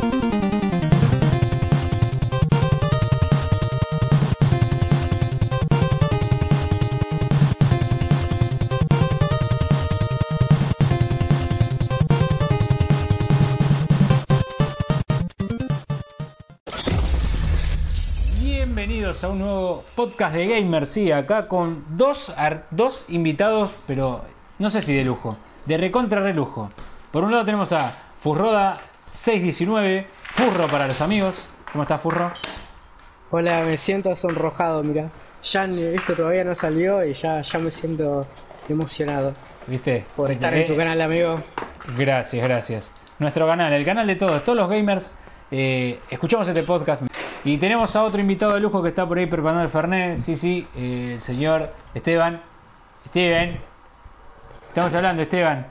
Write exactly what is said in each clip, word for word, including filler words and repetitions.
Bienvenidos a un nuevo podcast de Gamer, sí, acá con dos, dos invitados, pero no sé si de lujo, de recontra relujo. Por un lado tenemos a Furroda seiscientos diecinueve, Furro para los amigos. ¿Cómo estás, Furro? Hola, me siento sonrojado, mira. Ya esto todavía no salió y ya, ya me siento emocionado. ¿Viste? Por estar eh, en tu canal, amigo. Gracias, gracias. Nuestro canal, el canal de todos, todos los gamers, eh, escuchamos este podcast. Y tenemos a otro invitado de lujo que está por ahí preparando el Fernet. Sí, sí, eh, el señor Esteban. Esteban. Estamos hablando, Esteban.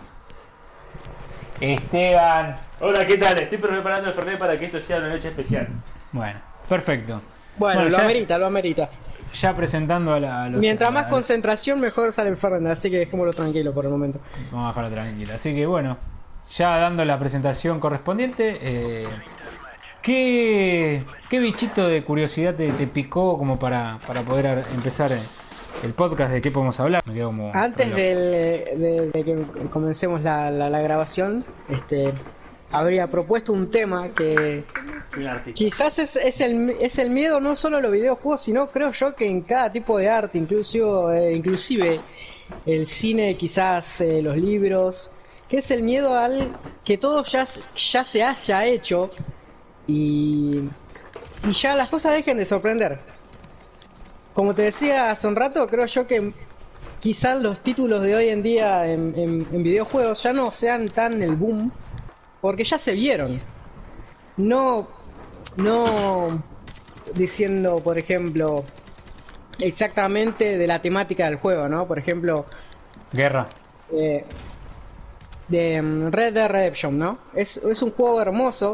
Esteban. Hola, ¿qué tal? Estoy preparando el Fernet para que esto sea una noche especial. Bueno, perfecto. Bueno, bueno lo ya, amerita, lo amerita. Ya presentando a, la, a los... Mientras más a, concentración, mejor sale el Fernet, así que dejémoslo tranquilo por el momento. Vamos a dejarlo tranquilo. Así que bueno, ya dando la presentación correspondiente... Eh, ¿Qué, ¿Qué bichito de curiosidad te, te picó como para, para poder empezar el podcast? ¿De qué podemos hablar? Me quedo como Antes del, de, de que comencemos la, la, la grabación, este, habría propuesto un tema que quizás es, es, el, es el miedo no solo a los videojuegos, sino creo yo que en cada tipo de arte, incluso, eh, inclusive el cine, quizás eh, los libros, que es el miedo al que todo ya, ya se haya hecho. Y, y ya las cosas dejen de sorprender. Como te decía hace un rato, creo yo que quizás los títulos de hoy en día en, en, en videojuegos ya no sean tan el boom, porque ya se vieron. No, no diciendo, por ejemplo, exactamente de la temática del juego, ¿no? Por ejemplo, Guerra. Eh, de Red Dead Redemption, ¿no? Es, es un juego hermoso.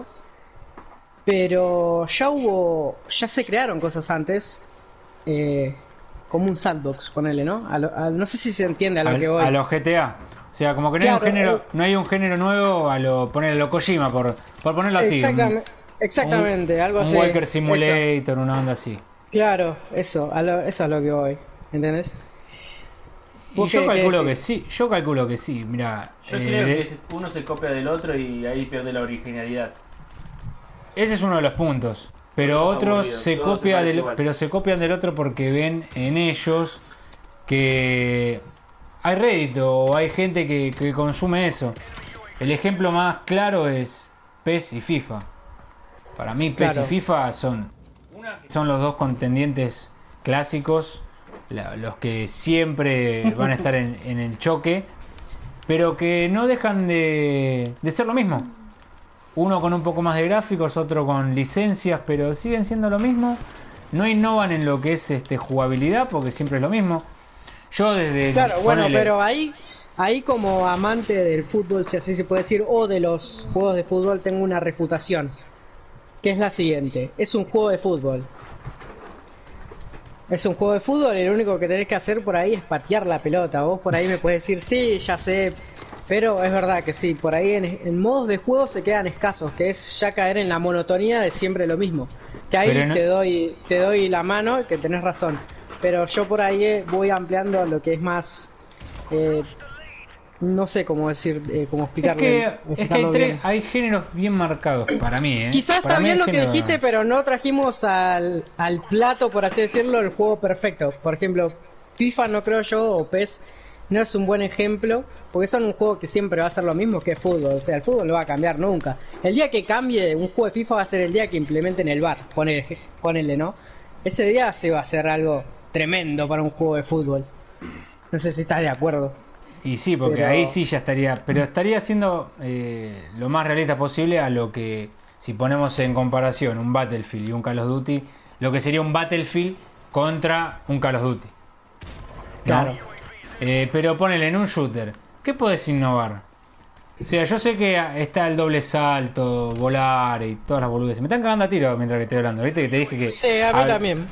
Pero ya hubo, ya se crearon cosas antes, eh, como un sandbox, ponele, ¿no? A lo, a, no sé si se entiende a lo a, que voy. A los G T A. O sea, como que no, claro, hay un género, eh, no hay un género nuevo a lo poner a lo Kojima, por, por ponerlo así. Exactamente, un, exactamente un, algo un así. Un Walker Simulator, eso. Una onda así. Claro, eso, a lo, eso es lo que voy, ¿entendés? Y yo calculo que sí, yo calculo que sí, mira. Yo eh, creo que uno se copia del otro y ahí pierde la originalidad. Ese es uno de los puntos. Pero otros se copia del, pero se copian del otro porque ven en ellos que hay rédito o hay gente que, que consume eso. El ejemplo más claro es P E S y FIFA. Para mí P E S claro. y FIFA son son los dos contendientes clásicos, la, los que siempre van a estar en, en el choque, pero que no dejan de, de ser lo mismo. Uno con un poco más de gráficos, otro con licencias, pero siguen siendo lo mismo. No innovan en lo que es este jugabilidad, porque siempre es lo mismo. Yo desde... Claro, bueno, ponele... pero ahí, ahí como amante del fútbol, si así se puede decir, o de los juegos de fútbol, tengo una refutación. Que es la siguiente. Es un juego de fútbol. Es un juego de fútbol y lo único que tenés que hacer por ahí es patear la pelota. Vos por ahí me puedes decir, sí, ya sé... Pero es verdad que sí, por ahí en, en modos de juego se quedan escasos, que es ya caer en la monotonía de siempre lo mismo. Que ahí no... te doy te doy la mano, que tenés razón. Pero yo por ahí voy ampliando lo que es más... Eh, no sé cómo decir, eh, cómo explicarlo. Es que, es que hay, tres, hay géneros bien marcados para mí. ¿eh? Quizás para está mí bien lo género... que dijiste, pero no trajimos al, al plato, por así decirlo, el juego perfecto. Por ejemplo, FIFA no creo yo, o P E S... no es un buen ejemplo, porque son un juego que siempre va a ser lo mismo que fútbol. O sea, el fútbol no va a cambiar nunca. El día que cambie un juego de FIFA va a ser el día que implementen el V A R, ponele, ponele, ¿no? Ese día se va a hacer algo tremendo para un juego de fútbol. No sé si estás de acuerdo. Y sí, porque pero... ahí sí ya estaría, pero estaría siendo eh, lo más realista posible a lo que, si ponemos en comparación un Battlefield y un Call of Duty, lo que sería un Battlefield contra un Call of Duty, ¿no? Claro. Eh, pero ponele en un shooter, ¿qué podés innovar? O sea, yo sé que está el doble salto, volar y todas las boludeces. Me están cagando a tiro mientras que estoy hablando. ¿Viste que te dije que... Sí, a mí a... también.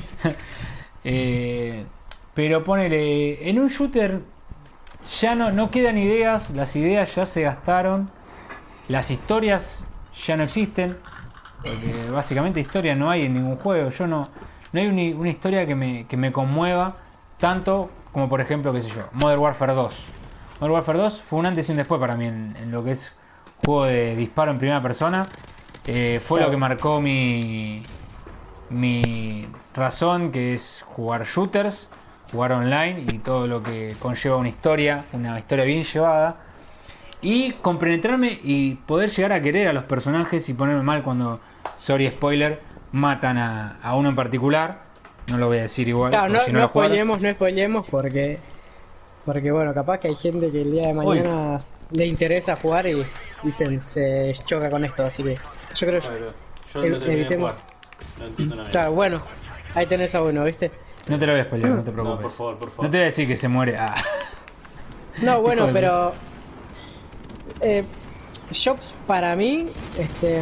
eh, pero ponele, en un shooter ya no, no quedan ideas, las ideas ya se gastaron, las historias ya no existen, porque básicamente historia no hay en ningún juego. Yo no, no hay una, una historia que me, que me conmueva tanto como, por ejemplo, qué sé yo, Modern Warfare dos. Modern Warfare dos fue un antes y un después para mí en, en lo que es juego de disparo en primera persona. Eh, fue claro. Lo que marcó mi, mi razón, que es jugar shooters, jugar online y todo lo que conlleva una historia, una historia bien llevada. Y compenetrarme y poder llegar a querer a los personajes y ponerme mal cuando, sorry spoiler, matan a, a uno en particular. No lo voy a decir igual. Claro, no, si no, no spoilemos, no spoilemos porque, porque bueno, capaz que hay gente que el día de mañana Uy. le interesa jugar y, y se, se choca con esto, así que yo creo que yo no te evitemos. No entiendo nada. Claro, bueno, ahí tenés a uno, ¿viste? No te lo voy a spoiler, no te preocupes. No, por favor, por favor. No te voy a decir que se muere. Ah. No, bueno, pero... Eh, yo, para mí, este...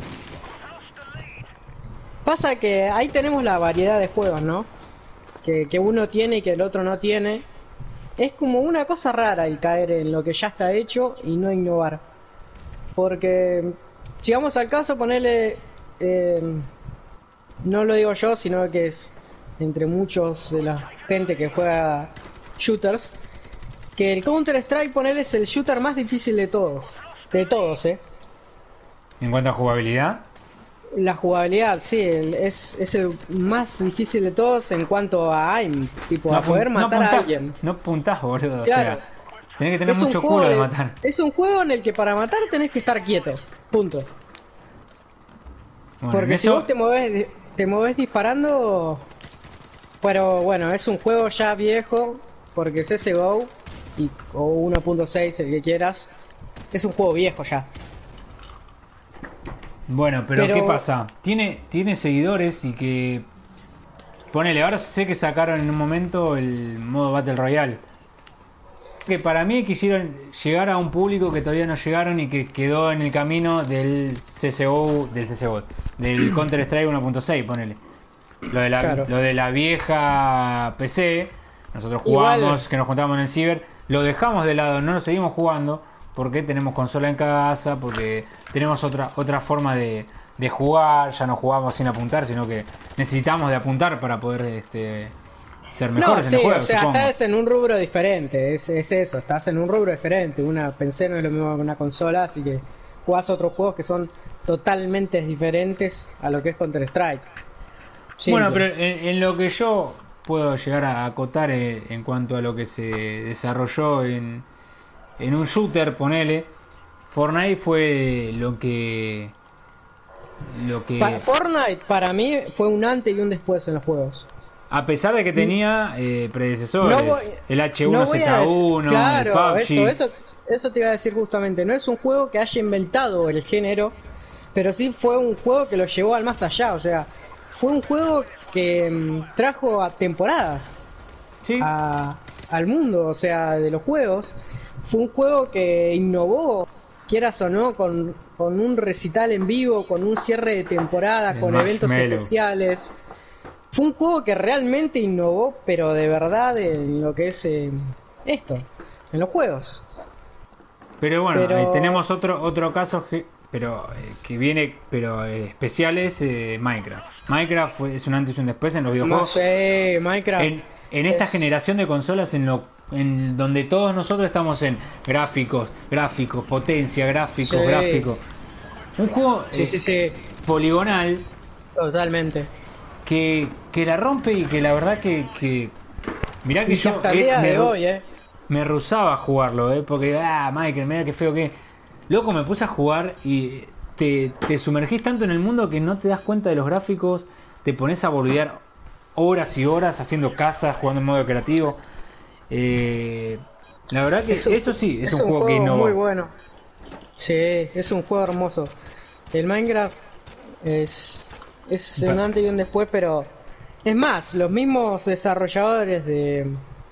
Pasa que ahí tenemos la variedad de juegos, ¿no? Que, que uno tiene y que el otro no tiene. Es como una cosa rara el caer en lo que ya está hecho y no innovar. Porque, si vamos al caso, ponerle... Eh, no lo digo yo, sino que es entre muchos de la gente que juega shooters, que el Counter-Strike, ponerle, es el shooter más difícil de todos. De todos, ¿eh? ¿En cuanto a jugabilidad? La jugabilidad, sí, el, es, es el más difícil de todos en cuanto a aim, tipo, no, a poder matar no puntás, a alguien. No puntás, boludo, claro. O sea, tenés que tener es mucho culo de, de matar. Es un juego en el que para matar tenés que estar quieto, punto. Bueno, Porque si eso... vos te movés, te movés disparando... Pero bueno, es un juego ya viejo, porque C S G O, y, o uno punto seis, el que quieras, es un juego viejo ya. Bueno, pero, pero, ¿qué pasa? Tiene, tiene seguidores y que... Ponele, ahora sé que sacaron en un momento el modo Battle Royale. Que para mí quisieron llegar a un público que todavía no llegaron y que quedó en el camino del C S G O, del C S G O, del Counter Strike uno punto seis, ponele. Lo de la, claro. lo de la vieja P C, nosotros jugamos, Igual. que nos juntábamos en el ciber, lo dejamos de lado, no lo seguimos jugando. Porque tenemos consola en casa, porque tenemos otra otra forma de, de jugar, ya no jugamos sin apuntar, sino que necesitamos de apuntar para poder este, ser mejores no, en sí, el juego. O sea, supongo. estás en un rubro diferente, es, es eso, estás en un rubro diferente. Una P C no es lo mismo que una consola, así que jugás otros juegos que son totalmente diferentes a lo que es Counter-Strike. Bueno, pero en, en lo que yo puedo llegar a acotar eh, en cuanto a lo que se desarrolló en... En un shooter, ponele, Fortnite fue lo que... Lo que... Pa Fortnite para mí fue un antes y un después en los juegos. A pesar de que tenía eh, predecesores, no voy, el H uno Z uno, no claro, el P U B G. Eso, eso, eso te iba a decir justamente. No es un juego que haya inventado el género, pero sí fue un juego que lo llevó al más allá. O sea, fue un juego que um, trajo a temporadas ¿Sí? a, al mundo, o sea, de los juegos. Fue un juego que innovó, quieras o no, con, con un recital en vivo, con un cierre de temporada, con eventos especiales. Fue un juego que realmente innovó, pero de verdad en lo que es eh, esto, en los juegos. Pero bueno, pero... Eh, tenemos otro otro caso que, pero eh, que viene, pero eh, especial es eh, Minecraft. Minecraft fue, es un antes y un después en los videojuegos. No sé, Minecraft. En, en esta es... generación de consolas en lo en donde todos nosotros estamos en gráficos, gráficos, potencia, gráficos, sí. gráficos. Un juego sí, eh, sí, sí. poligonal. Totalmente. Que, que la rompe y que la verdad que... que mirá que y yo hasta el día eh, me, de hoy, eh. me rehusaba a jugarlo, eh, porque, ah, Michael, mira qué feo que... Loco, me puse a jugar y te, te sumergís tanto en el mundo que no te das cuenta de los gráficos, te pones a boludear horas y horas haciendo casas, jugando en modo creativo. Eh, la verdad que eso, eso sí, es, es un, un juego, juego que innovó. Muy bueno. Sí, es un juego hermoso. El Minecraft es, es un antes y un después, pero es más, los mismos desarrolladores de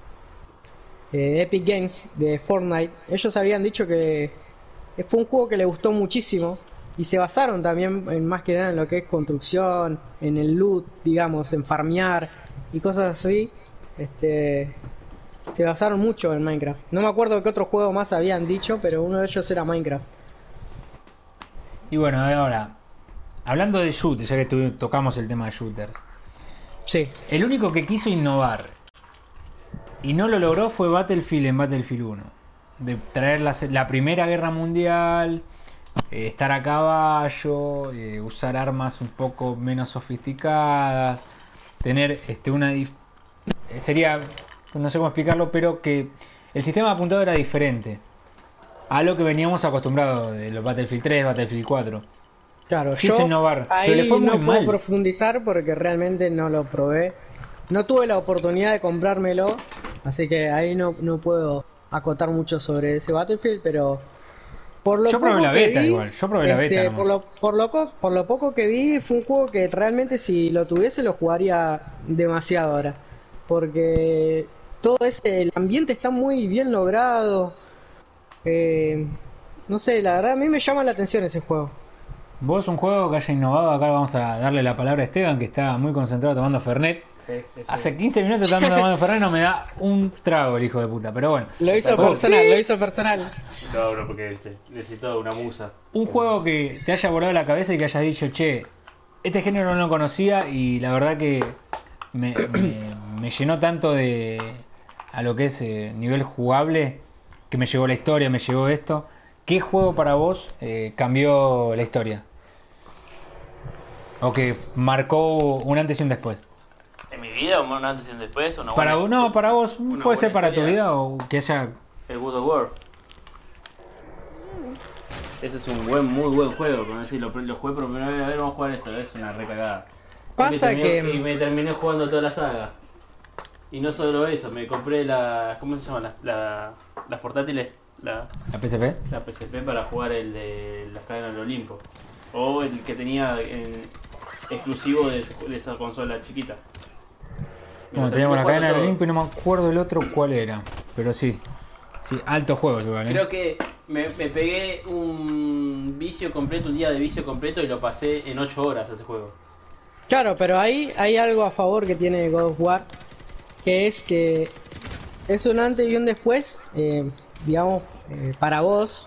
eh, Epic Games, de Fortnite, ellos habían dicho que fue un juego que les gustó muchísimo y se basaron también en más que nada en lo que es construcción, en el loot, digamos, en farmear y cosas así. Este... Se basaron mucho en Minecraft. No me acuerdo qué otro juego más habían dicho, pero uno de ellos era Minecraft. Y bueno, ahora, hablando de shooters, ya que tu- tocamos el tema de shooters. Sí. El único que quiso innovar y no lo logró fue Battlefield en Battlefield uno. De traer la, la Primera Guerra Mundial, eh, estar a caballo, eh, usar armas un poco menos sofisticadas, tener este una... dif- eh, sería, no sé cómo explicarlo, pero que el sistema de apuntado era diferente a lo que veníamos acostumbrados de los Battlefield tres, Battlefield cuatro. Claro, Quiso yo innovar, ahí pero le fue muy no puedo mal. profundizar porque realmente no lo probé. No tuve la oportunidad de comprármelo, así que ahí no, no puedo acotar mucho sobre ese Battlefield, pero por lo Yo probé poco la que beta vi, igual, yo probé la este, beta por nomás. lo, por, lo, co- por lo poco que vi, fue un juego que realmente si lo tuviese lo jugaría demasiado ahora, porque todo ese, el ambiente está muy bien logrado. eh, no sé, la verdad a mí me llama la atención ese juego. Vos un juego que haya innovado, acá vamos a darle la palabra a Esteban, que está muy concentrado tomando Fernet. Sí, sí, sí. Hace quince minutos está tomando Fernet y no me da un trago el hijo de puta. Pero bueno, Lo hizo Vos- personal, lo hizo personal. No, bro, porque este, necesito una musa. un juego que te haya volado la cabeza y que hayas dicho, che, este género no lo conocía y la verdad que me, me- me llenó tanto de a lo que es eh, nivel jugable, que me llegó la historia, me llegó esto. ¿Qué juego para vos eh, cambió la historia? O que marcó un antes y un después. ¿En mi vida, un antes y un después? Una Para buena- vos, no, para vos, una puede ser buena para tu historia. vida o que haya... El God of War. Ese es un buen, muy buen juego. Como decir, lo, lo jugué por primera vez. A ver, vamos a jugar esto. Es una recagada. Pasa y me terminé- que- Y me terminé jugando toda la saga. Y no solo eso, me compré la. ¿Cómo se llaman? Las, la- las portátiles. La, ¿La P S P? la P S P para jugar el de las cadenas del Olimpo. O el que tenía en, exclusivo de, de esa consola chiquita. Me Bueno, lo teníamos la terminé cadena del jugando Olimpo y no me acuerdo el otro cuál era. Pero sí. Sí, alto juego igual, todo. ¿eh? Creo que me, me pegué un vicio completo, un día de vicio completo y lo pasé en ocho horas ese juego. Claro, pero ahí hay algo a favor que tiene God of War, que es que es un antes y un después, eh, digamos, eh, para vos,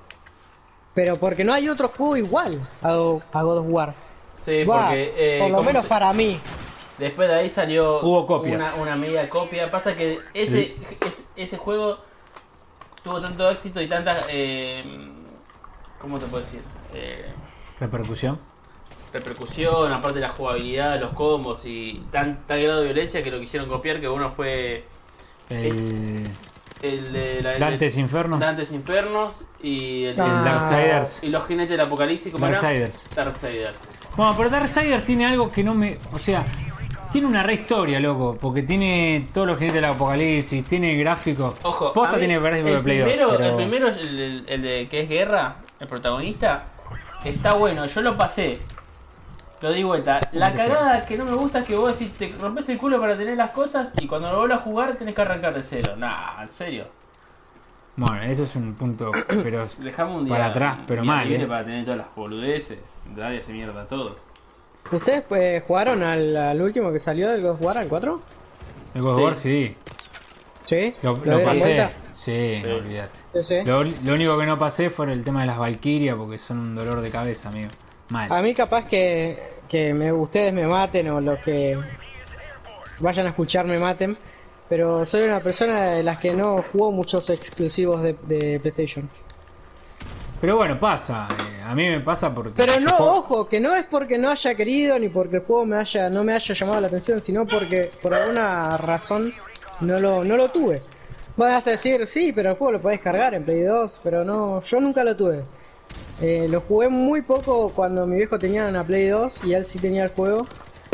pero porque no hay otro juego igual a, a God of War. Sí, Va, porque. eh, por lo ¿cómo menos se- para mí. Después de ahí salió Hubo copias. Una, una media copia. Pasa que ese, es- ese juego tuvo tanto éxito y tanta. Eh, ¿Cómo te puedo decir? Eh, Repercusión. repercusión, aparte de la jugabilidad, los combos y tan, tal grado de violencia que lo quisieron copiar. Que uno fue El... el de la, el Dantes de- Inferno. Dantes Infernos y el, de- Ah. Darksiders. y los jinetes del apocalipsis. ¿Cómo era? Darksiders. Darksiders. Bueno, pero Darksiders tiene algo que no me... O sea, tiene una re historia, loco. Porque tiene todos los jinetes del apocalipsis, tiene gráficos. Ojo, Posta a mí, tiene gráficos el de Play primero, dos. Pero... El primero, el, el- el de que es Guerra, el protagonista, está bueno, yo lo pasé. Lo di vuelta. La cagada que no me gusta es que vos decís, te rompes el culo para tener las cosas y cuando lo vuelvas a jugar tenés que arrancar de cero. Nah, en serio. Bueno, eso es un punto, pero Dejame un día. para atrás, un pero día mal, libre ¿eh? para tener todas las boludeces. Darle esa mierda todo. ¿Ustedes pues, jugaron al, al último que salió del God of War, al cuatro? El God of Sí. War sí. ¿Sí? Lo, lo dieron pasé. vuelta? Sí, Sí. no olvidate. Sí, sí. Lo, lo único que no pasé fue el tema de las Valkyrias porque son un dolor de cabeza, amigo. Mal. A mí capaz que, que me, ustedes me maten o los que vayan a escuchar me maten, pero soy una persona de las que no jugó muchos exclusivos de, de PlayStation. Pero bueno, pasa. eh, a mí me pasa porque. Pero no, yo juego- ojo, que no es porque no haya querido ni porque el juego me haya, no me haya llamado la atención, sino porque por alguna razón no lo, no lo tuve. Vas a decir, sí, pero el juego lo podés cargar en Play dos, pero no, yo nunca lo tuve. Eh, lo jugué muy poco cuando mi viejo tenía una Play dos y él sí tenía el juego.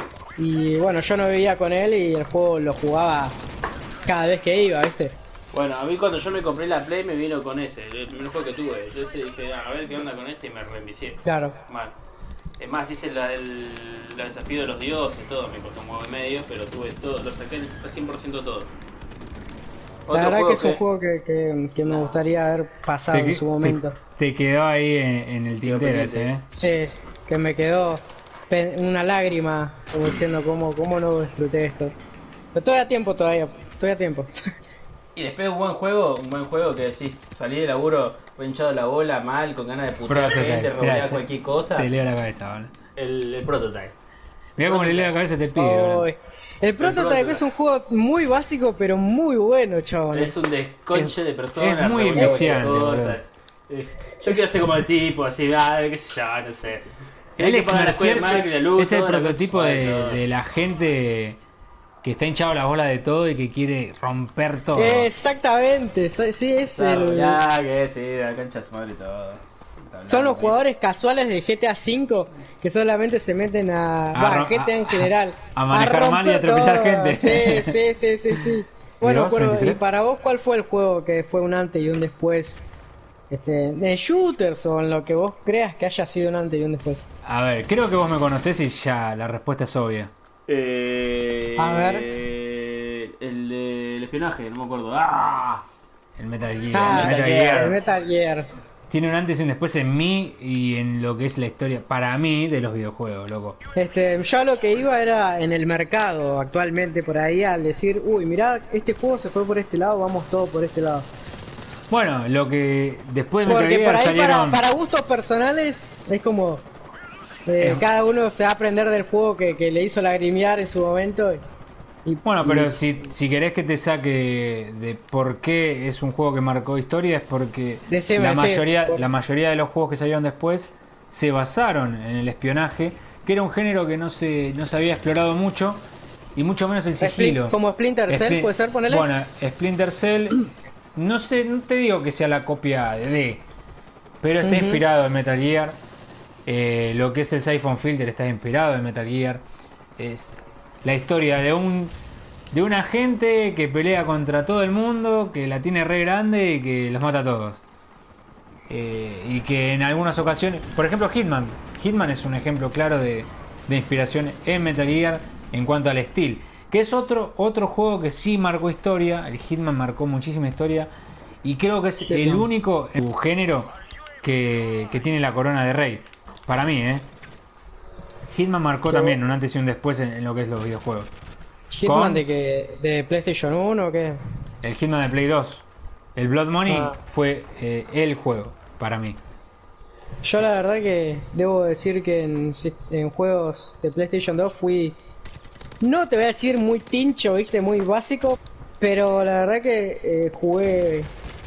Y bueno, yo no vivía con él y el juego lo jugaba cada vez que iba, ¿viste? Bueno, a mí cuando yo me compré la Play me vino con ese, el primer juego que tuve. Yo ese dije, "Ah, a ver qué onda con este y me reenvicié. Claro. Mal. Es más, hice la, el, la desafío de los dioses, todo, me costó un huevo y medio, pero tuve todo, lo saqué al cien por ciento todo. La verdad que es un juego que, que, que me gustaría haber pasado te, en que- su momento. te, te quedó ahí en, en el Quedó tintero pendiente. ese, ¿eh? Sí, que me quedó pe- una lágrima, como diciendo cómo, cómo no disfruté esto. Pero estoy a tiempo todavía, estoy a tiempo. Y después un buen juego, un buen juego que decís, salí de laburo fue hinchado la bola mal, con ganas de putear gente, robar cualquier cosa. Te leo la cabeza, ¿vale? El, el Prototype. Mirá cómo le leo la cabeza a este pibe, oh, el, el Prototype es un juego muy básico, pero muy bueno, chabón. Es un desconche de personas. Es muy viciante. Yo quiero ser como el tipo, así, ah, qué sé yo, no sé. El ex es el prototipo de, de la gente que está hinchado la bola de todo y que quiere romper todo. Exactamente, sí, es claro, el... Ya, que sí, la cancha su madre y todo. Son los jugadores casuales de G T A cinco que solamente se meten a... a bah, G T A en general. A, a manejar a mal y atropellar todo. gente. Sí, sí, sí, sí, sí. Bueno, pero, ¿y para vos cuál fue el juego que fue un antes y un después? Este, de shooters o en lo que vos creas que haya sido un antes y un después. A ver, creo que vos me conocés y ya la respuesta es obvia. Eh, a ver. El, el, el espionaje, no me acuerdo. ¡Ah! El Metal Gear. Ah, el Metal Gear. Gear. El Metal Gear. Tiene un antes y un después en mí y en lo que es la historia, para mí, de los videojuegos, loco. Este, yo lo que iba era en el mercado actualmente por ahí al decir, uy, mirá, este juego se fue por este lado, vamos todos por este lado. Bueno, lo que después de Porque por ahí salieron... para, para gustos personales es como eh, eh, cada uno se va a aprender del juego que, que le hizo lagrimear en su momento. Y, bueno, pero y... si, si querés que te saque de por qué es un juego que marcó historia es porque Decime, la, sí, mayoría, por... la mayoría de los juegos que salieron después se basaron en el espionaje, que era un género que no se, no se había explorado mucho y mucho menos el sigilo. Como Splinter Cell, Spl- ¿puede ser? Ponele. Bueno, Splinter Cell... No sé, no te digo que sea la copia de D, pero está uh-huh. inspirado en Metal Gear. Eh, lo que es el Siphon Filter está inspirado en Metal Gear. Es la historia de un de un agente que pelea contra todo el mundo, que la tiene re grande y que los mata a todos. Eh, y que en algunas ocasiones, por ejemplo, Hitman. Hitman es un ejemplo claro de, de inspiración en Metal Gear en cuanto al estilo. Que es otro otro juego que sí marcó historia. El Hitman marcó muchísima historia. Y creo que es sí, el no. único en su género que, que tiene la corona de rey. Para mí, ¿eh? Hitman marcó ¿Qué? también un antes y un después en, en lo que es los videojuegos. ¿Hitman Con... de que de PlayStation uno o qué? El Hitman de Play dos. El Blood Money ah. fue eh, el juego para mí. Yo la verdad que debo decir que en, en juegos de PlayStation dos fui... No te voy a decir muy tincho, viste, muy básico, pero la verdad que eh, jugué...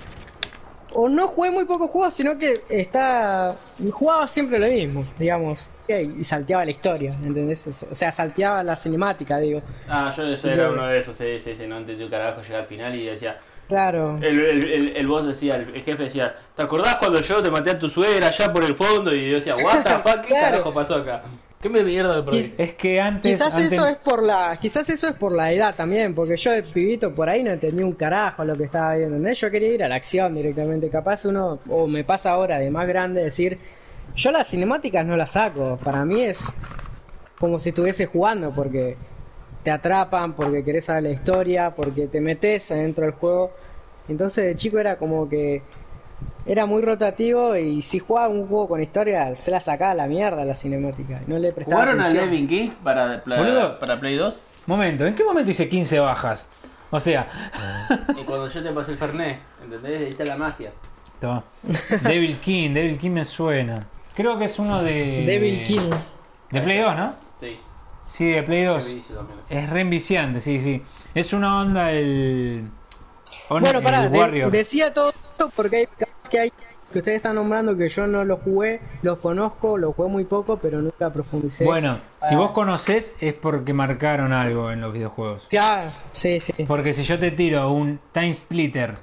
O no jugué muy pocos juegos, sino que está jugaba siempre lo mismo, digamos, y salteaba la historia, ¿entendés? O sea, salteaba la cinemática, digo. Ah, yo eso era uno de esos, sí, sí, sí, no entendí un carajo, llegar al final y decía... Claro. El, el, el, el boss decía, el, el jefe decía, ¿te acordás cuando yo te maté a tu suegra allá por el fondo? Y yo decía, what the fuck, ¿qué claro. carajo pasó acá? ¿Qué me mierda de por ahí? Es que antes... Quizás antes... eso es por la quizás eso es por la edad también, porque yo de pibito por ahí no entendí un carajo lo que estaba viendo, ¿entendés? Yo quería ir a la acción directamente, capaz uno, o me pasa ahora de más grande decir, yo las cinemáticas no las saco, para mí es como si estuviese jugando, porque te atrapan, porque querés saber la historia, porque te metes adentro del juego, entonces de chico era como que... Era muy rotativo y si jugaba un juego con historia se la sacaba a la mierda la cinemática. No le prestaba ¿Jugaron atención. al Living King para, para, para Play dos? Momento, ¿en qué momento hice quince bajas? O sea... Y cuando yo te pasé el Fernet, ¿entendés? Ahí está la magia. Toma. Devil King, Devil King me suena. Creo que es uno de... Devil King. De Play dos, ¿no? Sí. Sí, de Play dos. Es re enviciante, sí, sí. Es una onda el... On, bueno, pará, de, decía todo esto porque hay que hay que ustedes están nombrando que yo no los jugué, los conozco, los jugué muy poco, pero nunca profundicé. Bueno, ah. si vos conocés es porque marcaron algo en los videojuegos. Ya, sí, sí. Porque si yo te tiro un Time Splitter,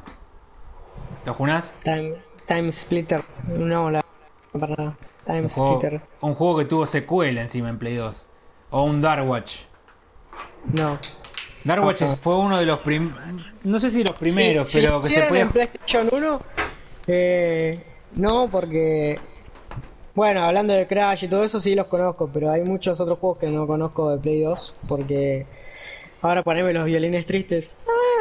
¿lo jugás? Time, Time Splitter, no, la para nada. Time un Splitter. Juego, un juego que tuvo secuela encima en Play dos. O un Dark Watch. No. Dark Watch Ajá. fue uno de los primeros, no sé si los primeros, sí, pero sí, que si se podía... en PlayStation uno, eh, no, porque, bueno, hablando de Crash y todo eso sí los conozco, pero hay muchos otros juegos que no conozco de Play dos, porque ahora poneme los violines tristes.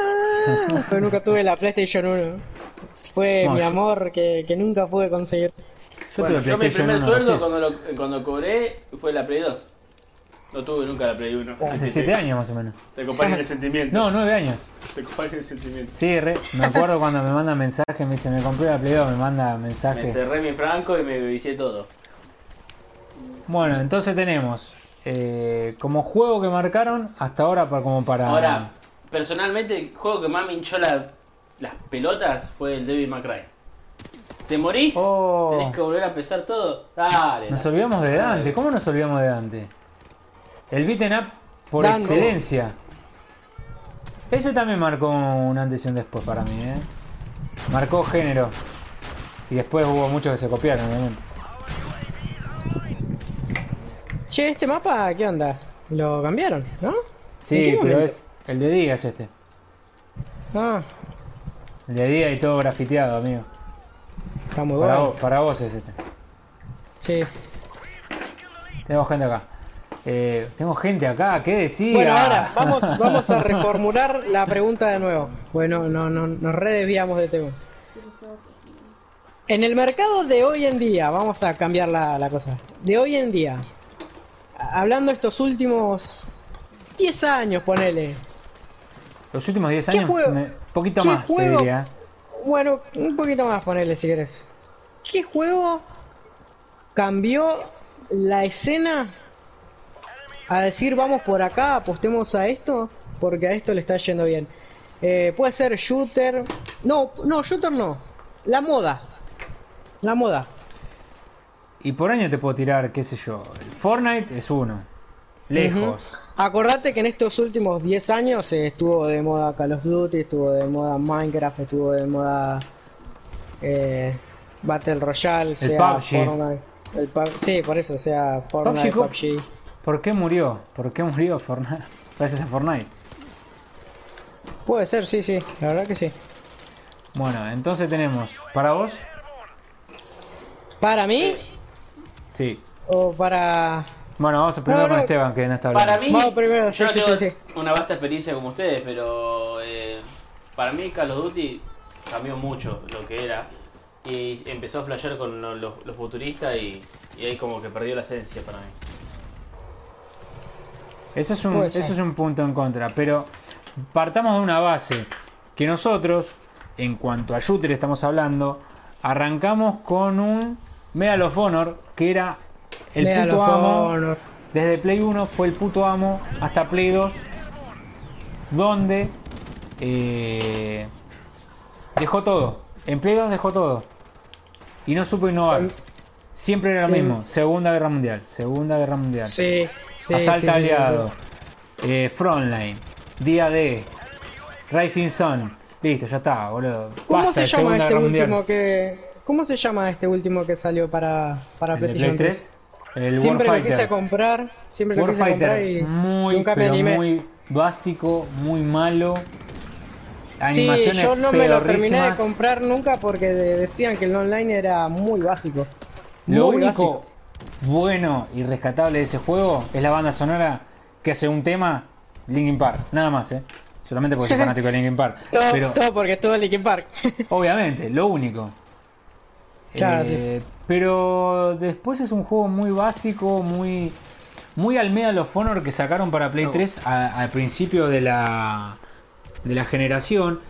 Ah, yo nunca tuve la PlayStation uno, fue no, mi yo... amor que, que nunca pude conseguir. Bueno, yo mi primer sueldo cuando, lo, cuando cobré fue la Play dos. No tuve nunca la Play uno. Hace siete años más o menos. Te comparten el sentimiento. No, nueve años. Te comparten el sentimiento. Sí, re, me acuerdo cuando me mandan mensaje, me dice, me compré la Play dos, me manda mensaje. Me cerré mi franco y me vicié todo. Bueno, entonces tenemos eh, como juego que marcaron hasta ahora para, como para... Ahora, personalmente el juego que más me hinchó la, las pelotas fue el Devil May Cry. ¿Te morís? Oh. ¿Tenés que volver a empezar todo? Dale. Nos dale. olvidamos de Dante. ¿Cómo nos olvidamos de Dante? El beat'em up por Dante. excelencia. Ese también marcó un antes y un después para mí, ¿eh? Marcó género. Y después hubo muchos que se copiaron, obviamente. Che, este mapa, ¿qué onda? Lo cambiaron, ¿no? ¿En Sí, qué pero momento? es el de día es este. Ah, El de día y todo grafiteado, amigo. está muy Para bueno. vos, para vos es este. Sí. Tenemos gente acá. Eh, tengo gente acá, ¿qué decía? Bueno, ahora vamos, vamos a reformular la pregunta de nuevo. Bueno, no, no, nos redesviamos de tema. En el mercado de hoy en día, vamos a cambiar la, la cosa. De hoy en día, hablando estos últimos diez años, ponele. Los últimos diez ¿Qué años, juego? me- poquito ¿Qué más, te juego? diría. Bueno, un poquito más, ponele si querés. ¿Qué juego cambió la escena a decir vamos por acá, apostemos a esto, porque a esto le está yendo bien? Eh, puede ser shooter. No, no, shooter no. La moda. La moda. Y por año te puedo tirar, qué sé yo. El Fortnite es uno. Lejos. Ujú. Acordate que en estos últimos diez años eh, estuvo de moda Call of Duty, estuvo de moda Minecraft, estuvo de moda eh, Battle Royale, sea P U B G. Fortnite. El P U B G, sí, por eso, sea Fortnite, P U B P U B G. ¿Por qué murió? ¿Por qué murió Fortnite? Gracias a Fortnite. Puede ser, sí, sí, la verdad que sí. Bueno, entonces tenemos, ¿para vos? ¿Para mí? Sí. ¿O para...? Bueno, vamos a primero No, no. con Esteban, que no está hablando. Para mí, Vamos primero, sí, yo no sí, tengo sí, sí. una vasta experiencia como ustedes, pero eh, para mí Call of Duty cambió mucho lo que era y empezó a flashear con lo- los, los futuristas y, y ahí como que perdió la esencia para mí. Eso es, un, Puede eso ser. es un punto en contra, pero partamos de una base, que nosotros, en cuanto a shooter estamos hablando, arrancamos con un Medal of Honor, que era el Medal puto of amo, Honor. desde Play uno fue el puto amo hasta Play dos, donde eh, dejó todo, en Play dos dejó todo, y no supo innovar. Em, Siempre era lo em, mismo, Segunda Guerra Mundial, Segunda Guerra Mundial. Sí, sí, Asalto sí, sí, sí, aliado, sí. eh, Frontline, Día D, Rising Sun. Listo, ya está, boludo. ¿Cómo Basta se de llama Segunda este Guerra último Mundial. que... ¿Cómo se llama este último que salió para, para ¿El de PlayStation Play tres? tres? El Siempre lo Warfighter. quise comprar, siempre lo quise comprar Warfighter, y muy, nunca me pero animé. muy básico, muy malo. Sí, Animaciones yo no me lo terminé de pedorrísimas. comprar nunca porque de- decían que el online era muy básico. Lo Muy único básico. bueno y rescatable de ese juego es la banda sonora que hace un tema Linkin Park, nada más, eh. Solamente porque soy fanático de Linkin Park. Todo, Pero todo porque es todo Linkin Park. obviamente, lo único. Claro, Eh, pero después es un juego muy básico, muy muy al Medal of Honor que sacaron para Play No. tres a- al principio de la de la generación.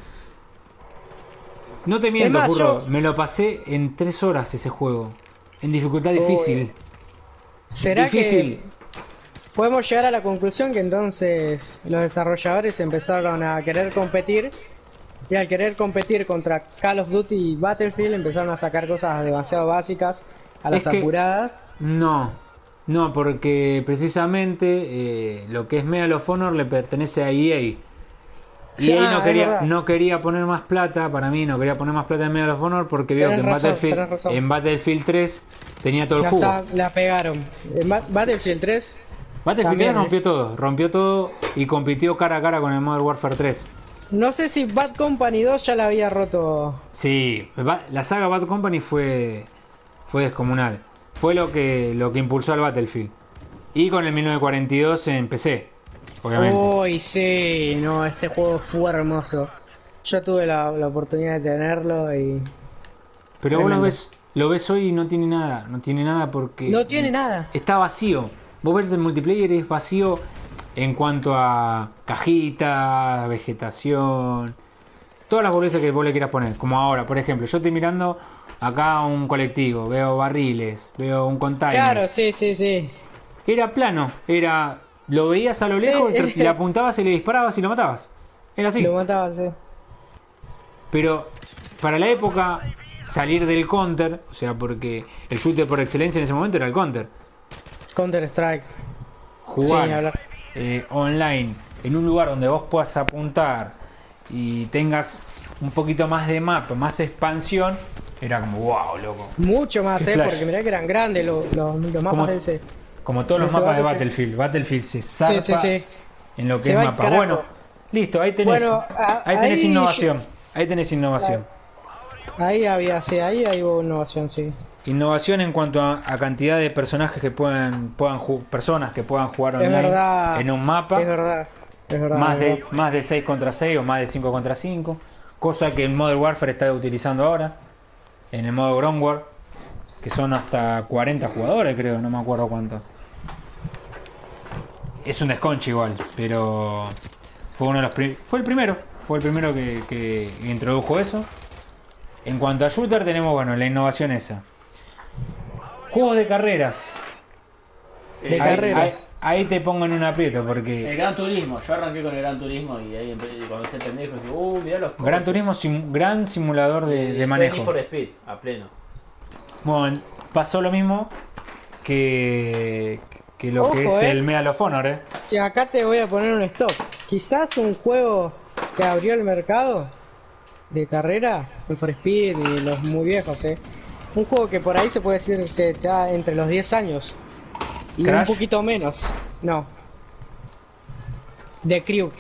No te miento, más, Curro, yo- me lo pasé en tres horas ese juego. En dificultad Uy. difícil. ¿Será Difícil. que podemos llegar a la conclusión que entonces los desarrolladores empezaron a querer competir y al querer competir contra Call of Duty y Battlefield empezaron a sacar cosas demasiado básicas a las Es que- apuradas? No, no, porque precisamente eh, lo que es Medal of Honor le pertenece a E A. Sí, Y ahí ah, no es quería, verdad. no quería poner más plata, para mí no quería poner más plata en Medal of Honor porque vio Tenés que en, razón, Battlefield, tenés razón. en Battlefield tres tenía todo el Ya jugo. está, la pegaron. En Ba- Battlefield tres Battlefield también, tres eh. rompió todo, rompió todo y compitió cara a cara con el Modern Warfare tres. no sé si Bad Company dos ya la había roto. Sí, Ba- la saga Bad Company fue fue descomunal. Fue lo que lo que impulsó al Battlefield. Y con el mil novecientos cuarenta y dos en P C, obviamente. Uy, sí, no, ese juego fue hermoso. Yo tuve la, la oportunidad de tenerlo y Pero vos lo tremendo. ves, lo ves hoy y no tiene nada, no tiene nada porque no tiene nada. está vacío. vos ves el multiplayer es vacío en cuanto a cajita, vegetación, todas las boludeces que vos le quieras poner. Como ahora, por ejemplo, yo estoy mirando acá un colectivo, veo barriles, veo un container. Claro, sí, sí, sí. Era plano, era... Lo veías a lo Sí. lejos, le apuntabas y le disparabas y lo matabas. Era así. Lo matabas, sí. Pero para la época, salir del counter, o sea, porque el shooter por excelencia en ese momento era el counter. Counter Strike. Jugar Sí, hablar. eh, online en un lugar donde vos puedas apuntar y tengas un poquito más de mapa, más expansión, era como wow, loco. Mucho más, Qué eh, flash. porque mirá que eran grandes los, los, los mapas Como- de ese. Como todos los Ese mapas de Battlefield. Battlefield. Battlefield se zarpa Sí, sí, sí. en lo que Se es va al mapa. carajo. Bueno, listo, ahí tenés. Bueno, a- ahí tenés ahí innovación. Ahí tenés innovación. Ahí había, sí, ahí hay innovación, sí. Innovación en cuanto a, a cantidad de personajes que puedan, puedan ju- personas que puedan jugar Es online verdad. en un mapa. Es verdad. Es verdad. más es de verdad. más de seis contra seis o más de cinco contra cinco, cosa que el Modern Warfare está utilizando ahora en el modo Ground War, que son hasta cuarenta jugadores, creo, no me acuerdo cuánto. Es un desconche igual, pero fue uno de los prim- fue el primero, fue el primero que, que introdujo eso. En cuanto a shooter tenemos, bueno, la innovación esa. Juegos de carreras. De Eh, Ahí- carreras. Ahí, ahí te pongo en un aprieto El porque Gran Turismo, yo arranqué con el Gran Turismo y ahí empe- cuando se pendejo dije, uh, mirá los Gran Turismo sim- gran simulador de, de manejo. Need for Speed, a pleno. Bueno, pasó lo mismo que, que lo Ojo, que es eh. el Medal of Honor, ¿eh? Que acá te voy a poner un stop. Quizás un juego que abrió el mercado de carrera, el For Speed y los muy viejos, eh. Un juego que por ahí se puede decir que está entre los diez años. Y Crash. un poquito menos. No. The Crew.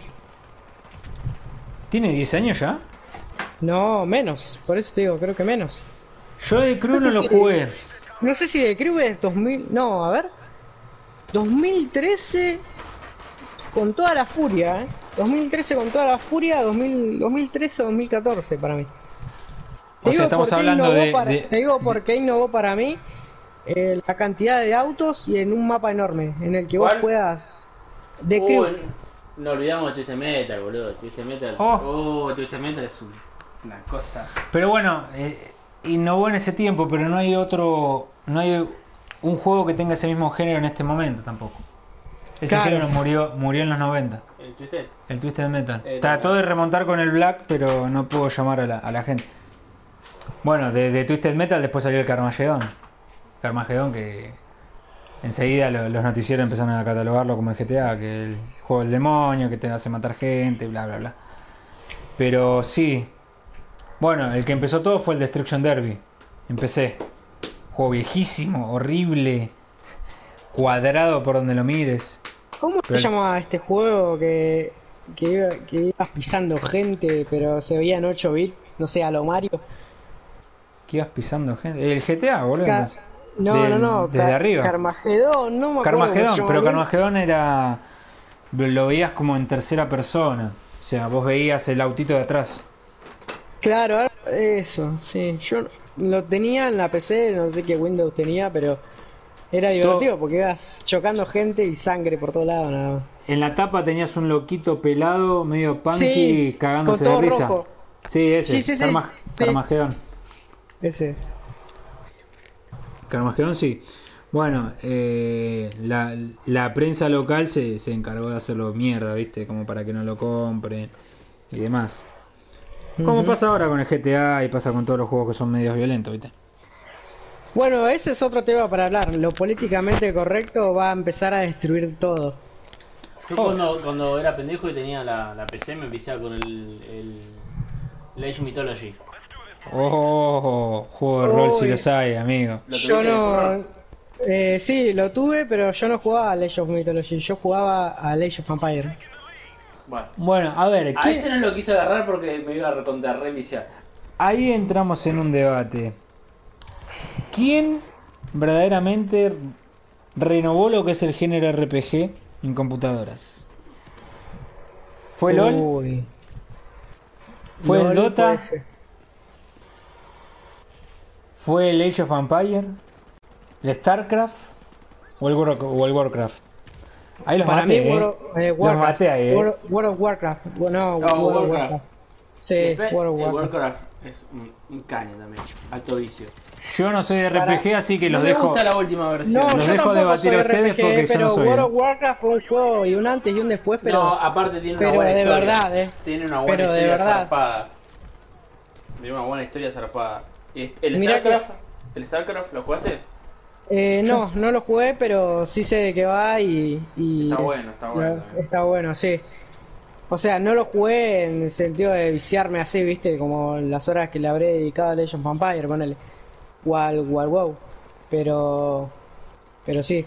¿Tiene diez años ya? No, menos. Por eso te digo, creo que menos. Yo de Crew No sé no lo si- jugué. No sé si The Crew es dos mil... No, a ver. dos mil trece con toda la furia, ¿eh? dos mil trece con toda la furia, dos mil, dos mil trece dos mil catorce para mí. O sea, estamos por qué hablando innovó de- para- de- Te digo porque innovó para mí eh, la cantidad de autos y en un mapa enorme, en el que vos ¿Cuál? puedas... The Crew. Uh, no olvidamos de Twisted Metal, boludo. Twisted Metal. Oh. Oh, Twisted Metal es un- una cosa. Pero bueno, eh, innovó en ese tiempo, pero no hay otro, no hay un juego que tenga ese mismo género en este momento tampoco. Ese Claro. género murió, murió en los noventa. ¿El Twisted? El Twisted Metal. Eh, Trató no. de remontar con el Black, pero no pudo llamar a la, a la gente. Bueno, de, de Twisted Metal después salió el Carmageddon. Carmageddon que enseguida lo- los noticieros empezaron a catalogarlo como el G T A, que el juego del demonio, que te hace matar gente, bla bla bla. Pero sí. Bueno, el que empezó todo fue el Destruction Derby. Empecé. Juego viejísimo, horrible, cuadrado por donde lo mires. ¿Cómo Pero- se llamaba este juego que, que, iba- que ibas pisando gente, pero se veía en ocho bits? No sé, a lo Mario. ¿Qué ibas pisando gente? El G T A, boludo. Ca- entonces. No, Del- no, no. desde Ca- arriba. Carmageddon, no me acuerdo. cómo se Carmageddon, llamaba pero bien. Carmageddon era. Lo veías como en tercera persona. O sea, vos veías el autito de atrás. Claro, ahora- eso, sí. Yo lo tenía en la P C, no sé qué Windows tenía, pero era divertido porque ibas chocando gente y sangre por todos lados, nada más. En la tapa tenías un loquito pelado, medio punky, Sí, cagándose con todo de risa. rojo. Sí, ese. Sí, sí, sí, Carma- sí. Carmageddon. Ese. Carmageddon, sí. Bueno, eh, la, la prensa local se, se encargó de hacerlo mierda, ¿viste? Como para que no lo compren y demás. Como Ujú. pasa ahora con el G T A y pasa con todos los juegos que son medios violentos, ¿viste? Bueno, ese es otro tema para hablar. Lo políticamente correcto va a empezar a destruir todo. Yo Oh. cuando, cuando era pendejo y tenía la, la P C me empecé con el, el, el Age Mythology. Oh, juego de rol si Uy. los hay, amigo. ¿Lo Yo tuviste? no... Eh, sí, lo tuve, pero yo no jugaba a Age of Mythology, yo jugaba a Age of Empire. Bueno. Bueno, a ver, A ¿qué- ese no lo quise agarrar porque me iba a recontra reviciar. ahí entramos en un debate. ¿Quién verdaderamente renovó lo que es el género R P G en computadoras? ¿Fue LOL? Uy. ¿Fue el LOL Dota? puede ser. ¿Fue el Age of Empire? ¿El StarCraft? O el, War, o el Warcraft. Ahí los Para maté, mí, eh. World, eh, Warcraft, los maté ahí, eh. World, World of Warcraft. Bueno, Oh, World of Warcraft. Warcraft. Sí, Después, World of el Warcraft. Warcraft es un, un caño también. Alto vicio. Yo no soy de R P G, Para- así que los no me dejo. gusta la última versión. No, Los yo dejo tampoco debatir soy a ustedes R P G, porque yo pero no soy, World eh. of Warcraft fue un juego y un antes y un después, pero... No, aparte tiene una pero buena de historia. verdad, eh. Tiene una buena Pero de historia verdad. zarpada. Tiene una buena historia zarpada. ¿Y ¿El Mirá que- StarCraft? ¿El StarCraft lo jugaste? Eh, no, no lo jugué, pero sí sé de qué va y... y Está bueno, está bueno. lo- está bueno, sí. O sea, no lo jugué en el sentido de viciarme así, viste, como las horas que le habré dedicado a Legend of Empire, ponele. O al, o al WoW. Pero... Pero sí.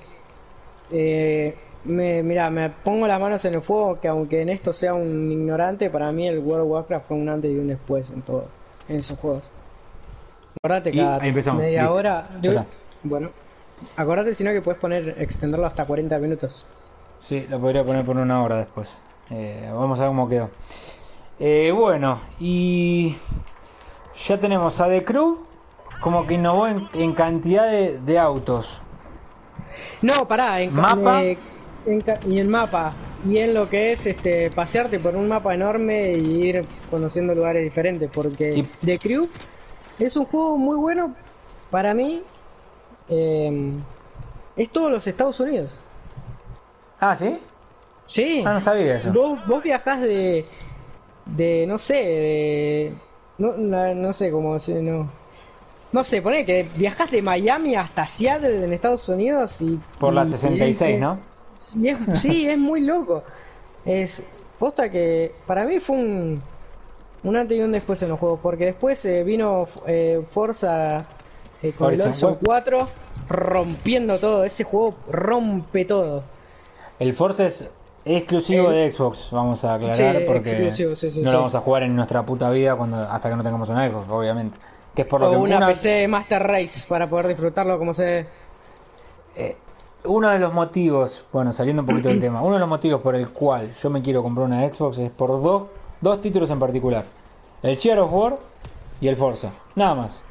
Eh, me, mira, me pongo las manos en el fuego que aunque en esto sea un ignorante, para mí el World of Warcraft fue un antes y un después en todo, en esos juegos. Acordate Y cada ahí empezamos, media listo. hora. Ya está. Bueno, acordate si no que puedes poner, extenderlo hasta cuarenta minutos. Sí, lo podría poner por una hora después. Eh, vamos a ver cómo quedó. Eh, bueno, y ya tenemos a The Crew como que innovó en, en cantidad de, de autos. No, pará, en, ¿Mapa? eh, en ca- y el mapa. Y en lo que es este pasearte por un mapa enorme y ir conociendo lugares diferentes. Porque Y- The Crew es un juego muy bueno para mí. eh, es todos los Estados Unidos. Ah, ¿sí? Sí. Ah, no sabía eso. Vos, vos viajás de, de, no sé, de, no, no, no sé cómo decir, no, no sé, poné que viajás de Miami hasta Seattle en Estados Unidos y... Por la y- sesenta y seis, y- ¿no? Sí, es, sí, es muy loco. Es, posta que para mí fue un, un antes y un después en los juegos, porque después eh, vino eh, Forza eh, con el Horizon Horizon cuatro rompiendo todo, ese juego rompe todo. El Forza es exclusivo El- de Xbox, vamos a aclarar, Sí, porque exclusivo, sí, sí, no sí. lo vamos a jugar en nuestra puta vida cuando hasta que no tengamos una Xbox, obviamente. Que es por lo O que una, una- P C Master Race para poder disfrutarlo como se ve. eh, uno de los motivos, bueno, saliendo un poquito del tema, uno de los motivos por el cual yo me quiero comprar una Xbox es por dos, dos títulos en particular. El Gears of War y el Forza. Nada más.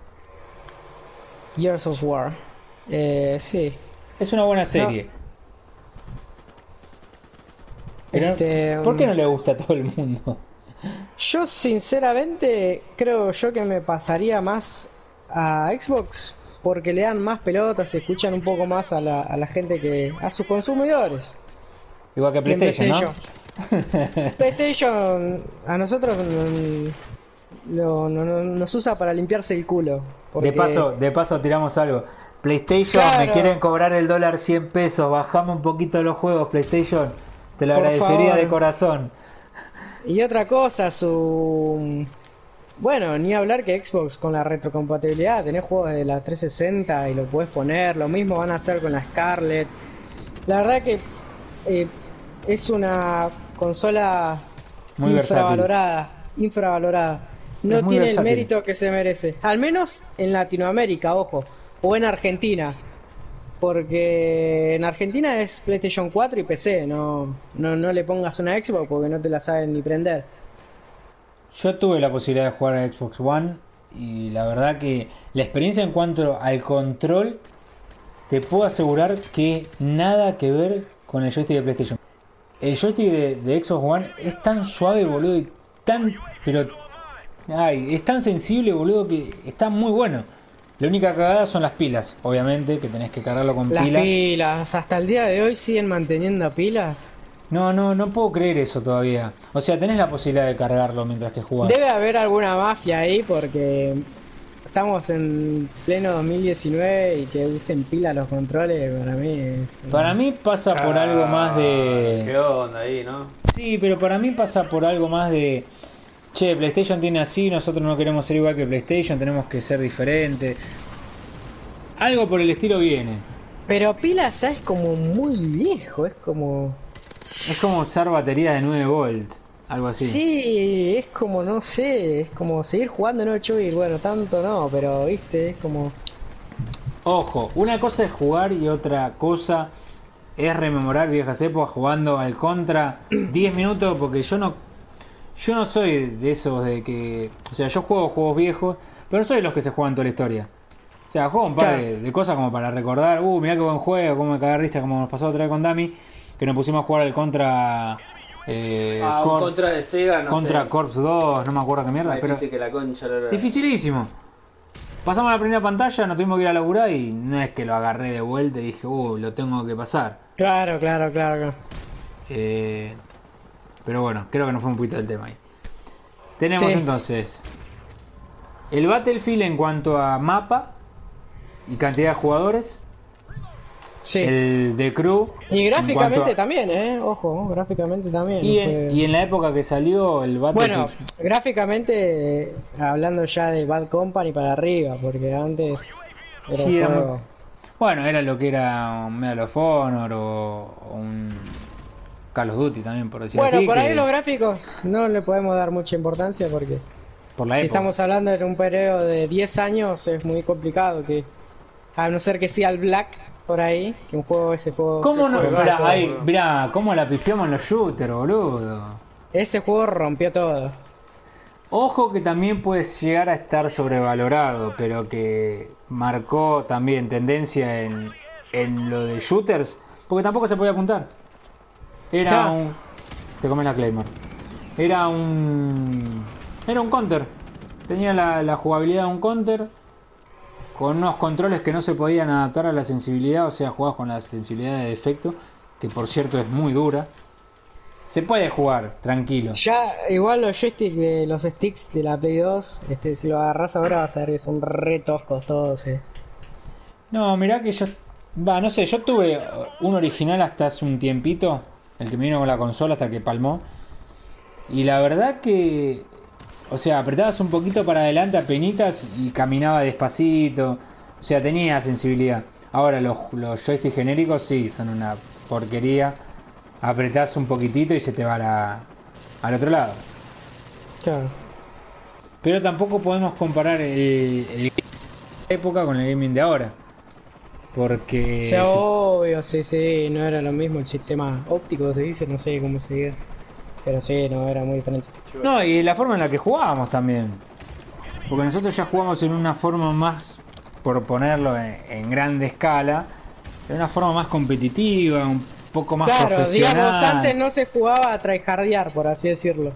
Years of War. Eh, sí. Es una buena serie. Pero, Este, ¿por qué um, no le gusta a todo el mundo? Yo sinceramente creo yo que me pasaría más a Xbox porque le dan más pelotas, se escuchan un poco más a la, a la gente que... a sus consumidores. Igual que que en PlayStation, ¿no? PlayStation a nosotros mm, lo- no- no- nos usa para limpiarse el culo. Porque... De paso, de paso tiramos algo. PlayStation, me Claro. quieren cobrar el dólar cien pesos, bajame un poquito los juegos, PlayStation. Te lo Por agradecería favor. de corazón. Y otra cosa, su... Bueno, ni hablar que Xbox con la retrocompatibilidad, tenés juegos de la trescientos sesenta y lo podés poner, lo mismo van a hacer con la Scarlett. La verdad que eh, es una consola Muy versátil. infravalorada, infravalorada. No Es muy tiene versátil. el mérito que se merece, al menos en Latinoamérica, ojo, o en Argentina. Porque en Argentina es PlayStation cuatro y P C, no, no, no le pongas una Xbox porque no te la saben ni prender. Yo tuve la posibilidad de jugar a Xbox One y la verdad que la experiencia en cuanto al control, te puedo asegurar que nada que ver con el joystick de PlayStation. El joystick de, de Xbox One es tan suave, boludo, y tan... pero... ay, es tan sensible, boludo, que está muy bueno. La única cagada son las pilas, obviamente, que tenés que cargarlo con Las pilas. pilas, hasta el día de hoy siguen manteniendo pilas. No, no, no puedo creer eso todavía. O sea, tenés la posibilidad de cargarlo mientras que jugás. Debe haber alguna mafia ahí porque estamos en pleno dos mil diecinueve y que usen pilas los controles, para mí es... Para mí pasa por algo más ¿Qué de... onda ahí, no? Sí, pero para mí pasa por algo más de... Che, PlayStation tiene así, nosotros no queremos ser igual que PlayStation, tenemos que ser diferente. Algo por el estilo viene. Pero pilas ya es como muy viejo, es como... Es como usar batería de nueve volt, algo así. Sí, es como, no sé, es como seguir jugando en ocho bits, bueno, tanto no, pero viste, es como... Ojo, una cosa es jugar y otra cosa es rememorar viejas épocas jugando al Contra diez minutos, porque yo no yo no soy de esos de que, o sea, yo juego juegos viejos, pero no soy de los que se juegan toda la historia. sea, juego un par Claro. de, de cosas como para recordar. Uh, mirá qué buen juego, cómo me cagué de risa, como nos pasó otra vez con Dami, que nos pusimos a jugar el contra. Eh, Ah, un Cor- contra de Sega, no contra sé. Corps dos, no me acuerdo qué mierda, Más pero. difícil que la concha, la verdad. Dificilísimo. Pasamos a la primera pantalla, nos tuvimos que ir a laburar y no es que lo agarré de vuelta y dije, uh, lo tengo que pasar. Claro, claro, claro. claro. Eh, pero bueno, creo que nos fue un poquito del tema ahí. Tenemos Sí. entonces el Battlefield en cuanto a mapa y cantidad de jugadores. Sí. El de Crew. Y en gráficamente cuanto a- también, ¿eh? Ojo, gráficamente también. Y fue- en, y en la época que salió el Battlefield. Bueno, gráficamente, eh, hablando ya de Bad Company para arriba, porque antes era Sí, un era muy- juego... Bueno, era lo que era un Medal of Honor o, o un Call of Duty también, por decirlo Bueno, así. por que- ahí los gráficos no le podemos dar mucha importancia porque por la si época. estamos hablando de un periodo de diez años es muy complicado que, a no ser que sea el Black por ahí, que un juego ese juego... ¿Cómo no? juegazo, Mirá, ahí, boludo. mirá, cómo la pifiamos en los shooters, boludo. Ese juego rompió todo. Ojo que también puede llegar a estar sobrevalorado, pero que marcó también tendencia en, en lo de shooters, porque tampoco se podía apuntar. Era Ya. un... Te comes la Claymore. Era un... Era un counter. Tenía la, la jugabilidad de un counter, con unos controles que no se podían adaptar a la sensibilidad, o sea, jugabas con la sensibilidad de defecto, que por cierto es muy dura. Se puede jugar, tranquilo. Ya, igual los joysticks de los sticks de la Play dos, este, si lo agarras ahora vas a ver que son re toscos todos, eh. No, mirá que yo... Va, no sé, yo tuve un original hasta hace un tiempito, el que me vino con la consola hasta que palmó. Y la verdad que... O sea, apretabas un poquito para adelante a penitas y caminaba despacito. O sea, tenía sensibilidad. Ahora los, los joysticks genéricos sí, son una porquería. Apretás un poquitito y se te va la, al otro lado. Claro. Pero tampoco podemos comparar el, el de época con el gaming de ahora. Porque... O sea, obvio, sí, sí, no era lo mismo el sistema óptico, se dice, no sé cómo se diga. Pero sí, no, era muy diferente. No, y la forma en la que jugábamos también. Porque nosotros ya jugamos en una forma más, por ponerlo en, en grande escala, en una forma más competitiva, un poco más Claro, profesional. digamos, antes no se jugaba a tryhardear, por así decirlo.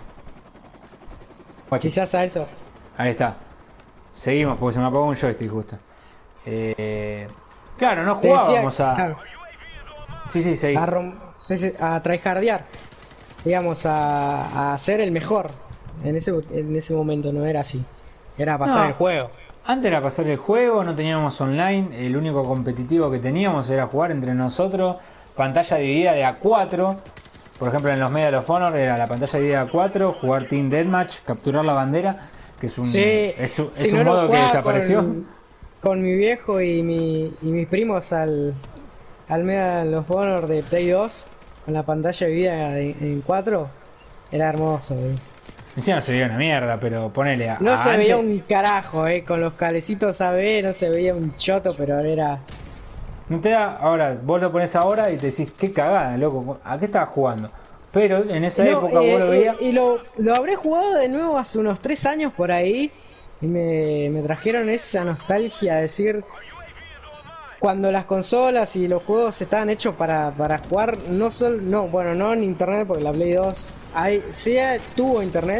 Guachi, Quizás a eso. ahí está. Seguimos, porque se me apagó un joystick justo. Eh, claro, no Te decía, jugábamos a... claro, Sí, sí, seguí. a, rom- sí, sí, a tryhardear. Digamos, a, a ser el mejor. En ese, en ese momento no era así. Era pasar No. el juego. Antes era pasar el juego, no teníamos online, el único competitivo que teníamos era jugar entre nosotros, pantalla dividida de a cuatro, por ejemplo en los Medal of Honor era la pantalla dividida de a cuatro, jugar Team Deathmatch, capturar la bandera, que es un, Sí, es, un- si es no un lo modo que jugaba desapareció. Con, con mi viejo y, mi, y mis primos al, al Medal of Honor de Play dos, con la pantalla dividida en, en cuatro, era hermoso. eh. Encima no se veía una mierda, pero ponele a... No a se antes- veía un carajo, eh, con los calecitos A B no se veía un choto, pero era... No te da, ahora, vos lo pones ahora y te decís, qué cagada, loco, ¿a qué estabas jugando? Pero en esa No, época eh, vos lo eh, veías... y lo, lo habré jugado de nuevo hace unos tres años por ahí. Y me, me trajeron esa nostalgia de decir. Cuando las consolas y los juegos estaban hechos para, para jugar, no solo. No, bueno, no en internet, porque la Play dos. Hay, sí tuvo internet.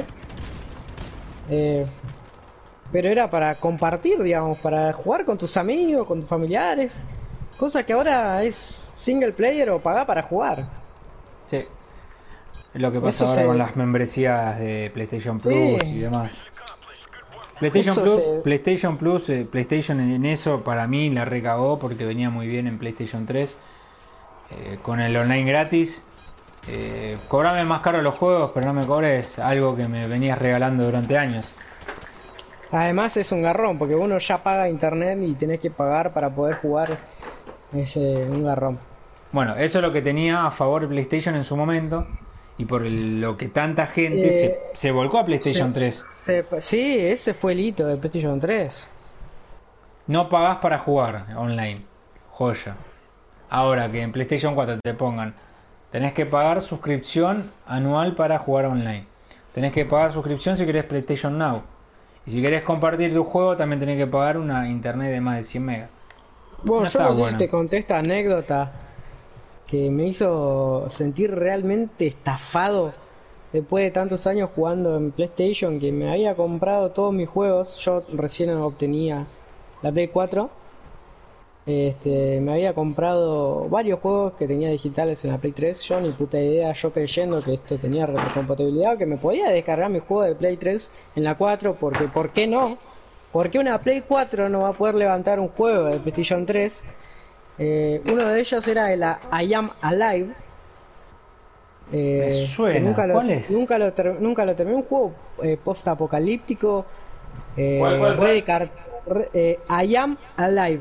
eh, pero era para compartir, digamos, para jugar con tus amigos, con tus familiares. Cosa que ahora es single player o pagar para jugar. Sí. Es lo que pasa Eso ahora se- con las membresías de PlayStation Plus Sí. y demás. PlayStation Eso Plus, se- PlayStation Plus, eh, PlayStation en eso para mí la recagó porque venía muy bien en PlayStation tres. Eh, con el online gratis. Eh, cobrame más caro los juegos, pero no me cobres algo que me venías regalando durante años. Además es un garrón, porque uno ya paga internet y tenés que pagar para poder jugar. Es eh, un garrón. Bueno, eso es lo que tenía a favor PlayStation en su momento. Y por el- lo que tanta gente Eh, se, se volcó a PlayStation Se- tres. se- sí, ese fue el hito de PlayStation tres. No pagás para jugar online. Joya. Ahora que en PlayStation cuatro te pongan, tenés que pagar suscripción anual para jugar online. Tenés que pagar suscripción si querés PlayStation Now. Y si querés compartir tu juego, también tenés que pagar una internet de más de cien megas. Bueno, No yo no sé bueno. si te conté esta anécdota que me hizo sentir realmente estafado después de tantos años jugando en PlayStation, que me había comprado todos mis juegos. Yo recién obtenía la Play cuatro. Este, me había comprado varios juegos que tenía digitales en la Play tres. Yo ni puta idea, yo creyendo que esto tenía retrocompatibilidad, que me podía descargar mi juego de Play tres en la cuatro, porque ¿por qué no? Porque una Play cuatro no va a poder levantar un juego de PlayStation tres. Eh, uno de ellos era el I Am Alive. Eh, Me suena. Nunca lo, ¿Cuál es? Nunca lo, ter nunca lo terminé. Un juego eh, post-apocalíptico. Eh, ¿Cuál, cuál, cuál? re re eh, I Am Alive.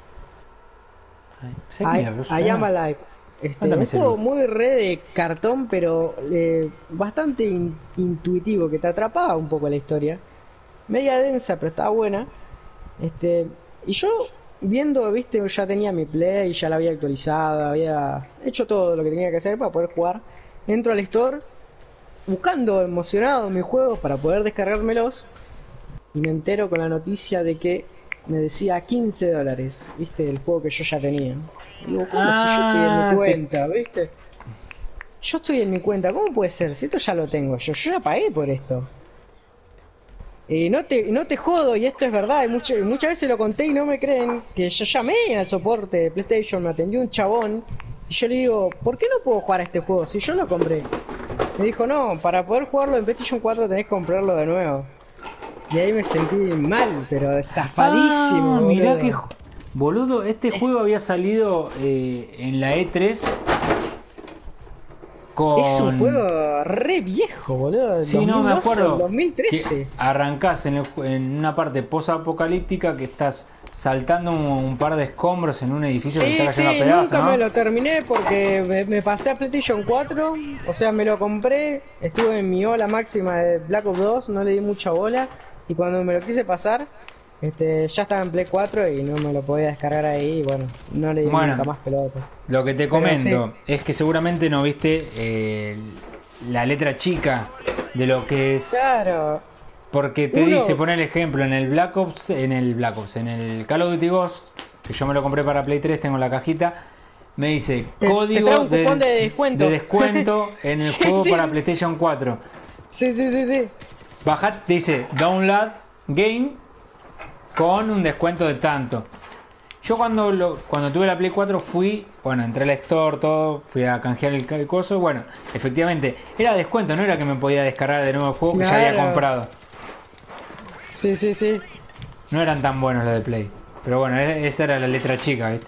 Ay, I, I Am Alive. Este, un juego muy re de cartón, pero eh, bastante in intuitivo, que te atrapaba un poco la historia. Media densa, pero estaba buena. Este, y yo viendo, viste, ya tenía mi Play, ya la había actualizado, había hecho todo lo que tenía que hacer para poder jugar. Entro al store, buscando emocionado mis juegos para poder descargármelos, y me entero con la noticia de que me decía quince dólares, viste, el juego que yo ya tenía. Digo, ¿cómo ah, si yo estoy en mi cuenta, te... viste? Yo estoy en mi cuenta, ¿cómo puede ser? Si esto ya lo tengo yo, yo ya pagué por esto. Y no te, no te jodo, y esto es verdad, y mucho, muchas veces lo conté y no me creen, que yo llamé al soporte de PlayStation, me atendió un chabón, y yo le digo, ¿por qué no puedo jugar a este juego si yo lo compré? Me dijo, no, para poder jugarlo en PlayStation cuatro tenés que comprarlo de nuevo. Y ahí me sentí mal, pero estafadísimo. Ah, mirá que... Boludo, este juego había salido eh, en la E tres con... Es un juego re viejo, boludo. Sí, no, me acuerdo. dos mil trece. Arrancás en, el, en una parte post-apocalíptica que estás saltando un, un par de escombros en un edificio sí, que está sí, cayendo a pedazos, nunca ¿no? me lo terminé porque me, me pasé a PlayStation cuatro. O sea, me lo compré, estuve en mi ola máxima de Black Ops dos, no le di mucha bola. Y cuando me lo quise pasar, este, ya estaba en Play cuatro y no me lo podía descargar ahí. Y bueno, no le di bueno, nunca más pelota. Lo que te comento sí. es que seguramente no viste eh, la letra chica de lo que es. Claro. Porque te Uno... dice, pon el ejemplo, en el Black Ops, en el Black Ops, en el Call of Duty Ghost, que yo me lo compré para Play tres, tengo la cajita, me dice te, código te de, de descuento, de descuento en el sí, juego sí. para PlayStation cuatro. Sí, sí, sí, sí. Bajad, dice download game con un descuento de tanto. Yo cuando lo, cuando tuve la Play cuatro fui, bueno, entré al store, todo, fui a canjear el, el coso, bueno, efectivamente, era descuento, no era que me podía descargar de nuevo el juego claro. que ya había comprado. Sí, sí, sí. No eran tan buenos los de Play. Pero bueno, esa era la letra chica, ¿viste?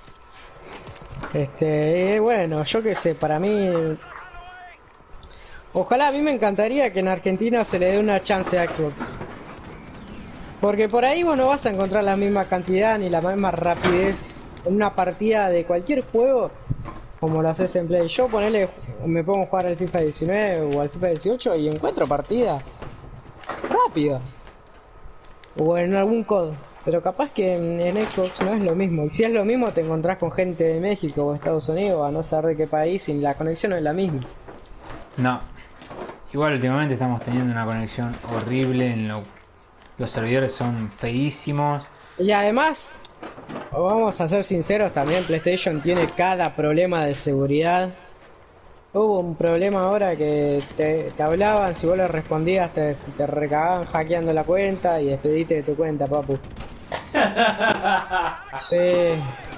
Este, bueno, yo qué sé, para mí... Ojalá, a mí me encantaría que en Argentina se le dé una chance a Xbox. Porque por ahí vos no vas a encontrar la misma cantidad ni la misma rapidez en una partida de cualquier juego como lo haces en Play. Yo ponele, me pongo a jugar al FIFA diecinueve o al FIFA dieciocho y encuentro partida rápida. O en algún codo. Pero capaz que en, en Xbox no es lo mismo. Y si es lo mismo te encontrás con gente de México o Estados Unidos, a no saber de qué país, y la conexión no es la misma. No. Igual últimamente estamos teniendo una conexión horrible, en lo... los servidores son feísimos. Y además, vamos a ser sinceros también, PlayStation tiene cada problema de seguridad. Hubo un problema ahora que te, te hablaban, si vos le respondías te, te recagaban hackeando la cuenta y despediste de tu cuenta, papu. Sí.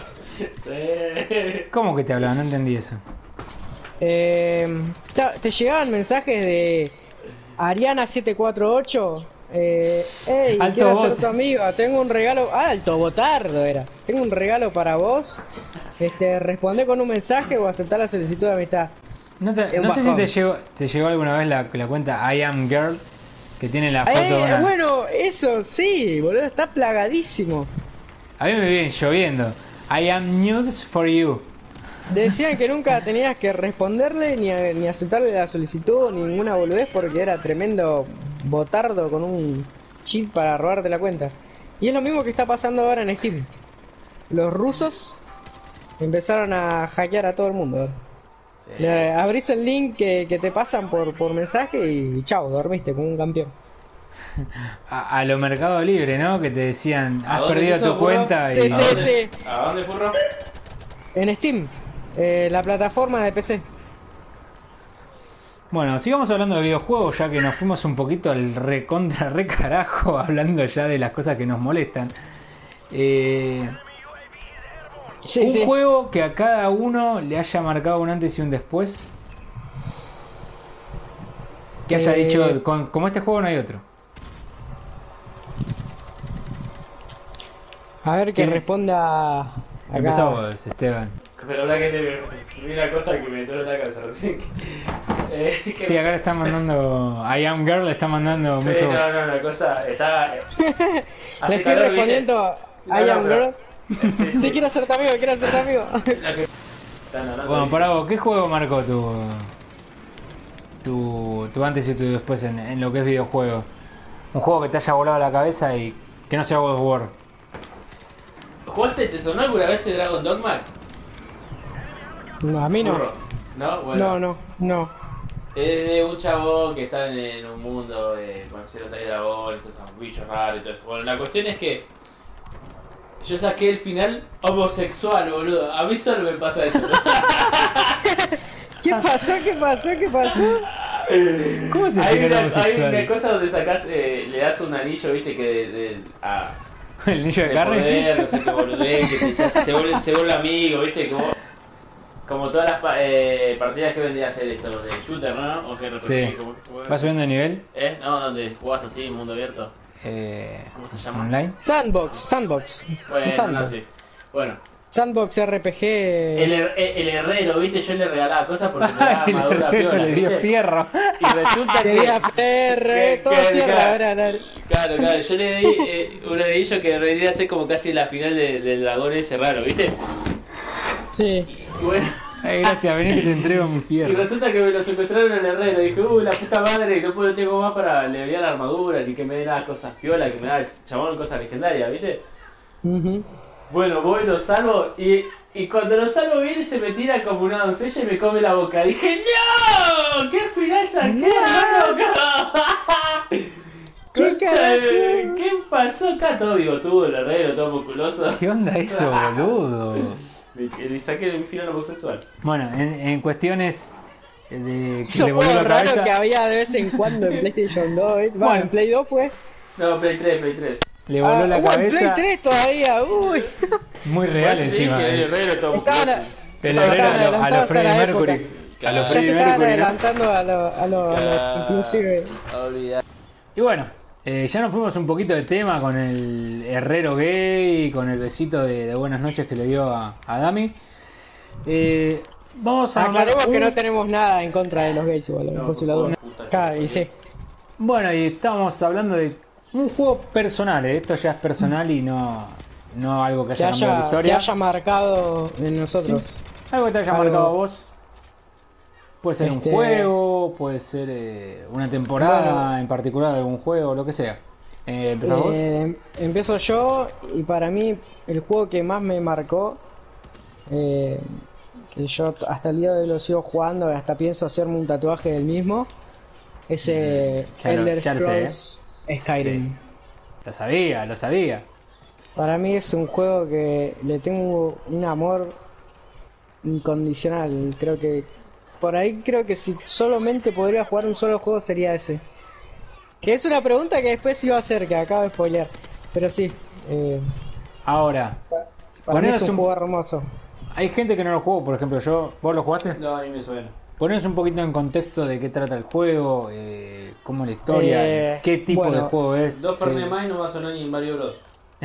¿Cómo que te hablaban? No entendí eso. Eh, te, te llegaban mensajes de Ariana siete cuatro ocho. Eh, hey, Alto quiero bot. ser tu amigo, tengo un regalo. Ah, alto botardo era. Tengo un regalo para vos. Este, responde con un mensaje o aceptar la solicitud de amistad. No, te, no sé si te llegó, te llegó alguna vez la, la cuenta I Am Girl, que tiene la foto eh, de una... Bueno, eso sí, boludo, está plagadísimo. A mí me viene lloviendo. I am nudes for you. Decían que nunca tenías que responderle ni, a, ni aceptarle la solicitud ni ninguna boludez porque era tremendo botardo con un cheat para robarte la cuenta. Y es lo mismo que está pasando ahora en Steam. Los rusos empezaron a hackear a todo el mundo. Sí. Le abrís el link que, que te pasan por, por mensaje y chao, dormiste como un campeón. A, a lo Mercado Libre, ¿no? Que te decían, has perdido tu furro? cuenta y... Sí, sí, sí. ¿A dónde, furro? En Steam, eh, la plataforma de P C. Bueno, sigamos hablando de videojuegos, ya que nos fuimos un poquito al recontra re carajo, hablando ya de las cosas que nos molestan. Eh, Sí, un sí. juego que a cada uno le haya marcado un antes y un después. Que haya Eh, dicho, con- como este juego no hay otro. A ver que ¿Quién? responda acá. Empezá vos, Esteban. Pero la verdad que se vi una cosa que me entró en la cabeza recién. Eh, que- Sí, acá le está mandando... I Am Girl le está mandando Sí, mucho... no, no, la cosa está... Le Hace estoy calor, ¿viste? respondiendo a No, I no, am pero- girl. Sí, Sí, sí. quiero ser tu amigo, quiero ser tu amigo. La que- Están hablando, Bueno, dice. para vos, ¿qué juego marcó tu... Tu, tu antes y tu después en, en lo que es videojuego? Un juego que te haya volado la cabeza y que no sea God of War. ¿Jugaste, te sonó alguna vez el Dragon Dogma? No, a mí no. Burro. ¿No? Bueno. No, no, no. Es de un chabón que está en, en un mundo de conocer a dragones, todos esos bichos raros y todo eso. Bueno, la cuestión es que yo saqué el final homosexual, boludo. A mí solo me pasa esto. ¿Qué pasó? ¿Qué pasó? ¿Qué pasó? ¿Cómo se hay, final una, hay homosexual? una cosa donde sacás, eh, le das un anillo, viste, que de, de- a, ¿El niño de de carne? poder, no sé qué boludez, que te- ya se, vuelve, se vuelve amigo, viste, como, como todas las pa- eh, partidas que vendría a ser esto, de shooter, ¿no? O que Sí. como- como- ¿Vas subiendo de nivel? ¿Eh? No, donde jugás así, mundo abierto. Eh, ¿Cómo se llama? ¿Online? Sandbox, Sandbox. Un Bueno, no sandbox. sé. Bueno, Sandbox R P G. el, her- el herrero, viste, yo le regalaba cosas porque me daba Ay, armadura le- piola, le dio ¿viste? fierro. Y resulta que... Quería Ferre, que- todo que- cierra, claro, ahora, ahora. Claro, claro, yo le di eh, uno de ellos que vendría a ser como casi la final de- del dragón ese raro, ¿viste? Sí. Y bueno, Ay, gracias, vení que te entrego mi y fierro. resulta que me lo secuestraron el herrero. Dije, uh, la puta madre, no puedo, tengo más para levear la armadura, ni que me dé nada cosas piola, que me da chabón cosas legendarias, ¿viste? Ujú. Bueno, voy, lo salvo y, y cuando lo salvo viene se me tira como una doncella y me come la boca. Dije, ¡no! ¿Qué final saqué, hermano? ¿Qué Concha carajo? de- ¿Qué pasó acá? Todo bigotudo, el herrero, todo musculoso. ¿Qué onda eso, boludo? Y y saqué mi final homosexual. Bueno, en, en cuestiones de que Esos le voló juegos la raros cabeza... que había de vez en cuando en PlayStation dos. ¿eh? Va, Bueno. en Play dos pues. No, Play tres, Play tres. Le voló Ah, la uh, en cabeza... Play tres todavía, uy. Muy real Por eso te encima. dije, el eh. herrero, todo Estaban, musculoso. El estaban herrero a lo- a los adelantados a Freddie la Mercury. época. A los Ya Ya se Freddie estaban Mercury, ¿no? adelantando a lo, a lo, a lo inclusive. Olvidar. Y bueno, eh, ya nos fuimos un poquito de tema con el herrero gay, con el besito de, de buenas noches que le dio a, a Dami. Eh, vamos a hablar Aclaremos que un- no tenemos nada en contra de los gays igual, No, por si por la duda. favor, puta Claro, que y sí. Bueno, y estamos hablando de un juego personal, eh, esto ya es personal y no, no algo que Que haya cambiado la haya, que historia. haya marcado en nosotros. Algo que te haya algo- marcado a vos. Puede ser Este- un juego, puede ser eh, una temporada Bueno. en particular de algún juego, lo que sea. Eh, ¿Empezás vos? Eh, empiezo yo y para mí el juego que más me marcó, eh, que yo t- hasta el día de hoy lo sigo jugando y hasta pienso hacerme un tatuaje del mismo, es eh, Ya lo- Elder ya lo sé, Scrolls Skyrim. Sí. Lo sabía, lo sabía. Para mí es un juego que le tengo un amor incondicional. Creo que por ahí creo que si solamente podría jugar un solo juego sería ese. Que es una pregunta que después iba a hacer, que acabo de spoilear. Pero sí, eh, Ahora, para mí Poneros es un un- juego hermoso. hay gente que no lo jugó, por ejemplo, yo, ¿vos lo jugaste? No, a mí me suena. Poneros un poquito en contexto de qué trata el juego, eh, cómo es la historia, Eh, qué tipo bueno, de juego es. Dos qué- Fernet más y no va a sonar ni en Mario Bros.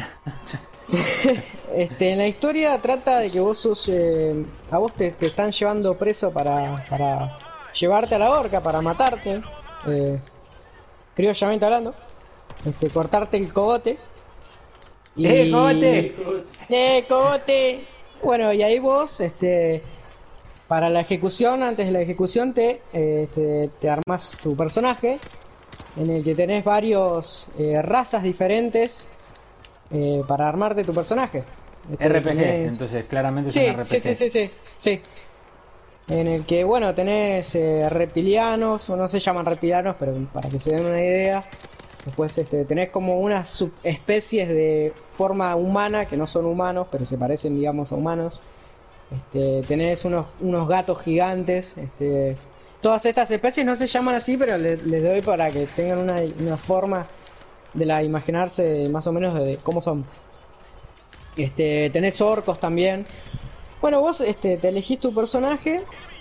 Este, en la historia trata de que vos sos, eh, a vos te, te están llevando preso para, para llevarte a la horca, para matarte, eh, criollamente hablando, este, cortarte el cogote. Y- ¡Eh, cogote! ¡Eh, cogote! Bueno, y ahí vos, este, para la ejecución, antes de la ejecución te, eh, te, te armas tu personaje, en el que tenés varios eh, razas diferentes eh, para armarte tu personaje. Este, R P G, tenés- entonces claramente Sí, es un R P G. sí, sí, sí, sí, sí. En el que, bueno, tenés eh, reptilianos, o no se llaman reptilianos, pero para que se den una idea, Después este, tenés como unas subespecies de forma humana, que no son humanos, pero se parecen, digamos, a humanos. Este, tenés unos, unos gatos gigantes. Este, todas estas especies no se llaman así, pero les, les doy para que tengan una, una forma de la imaginarse más o menos de cómo son. Este, tenés orcos también. Bueno, vos este, te elegís tu personaje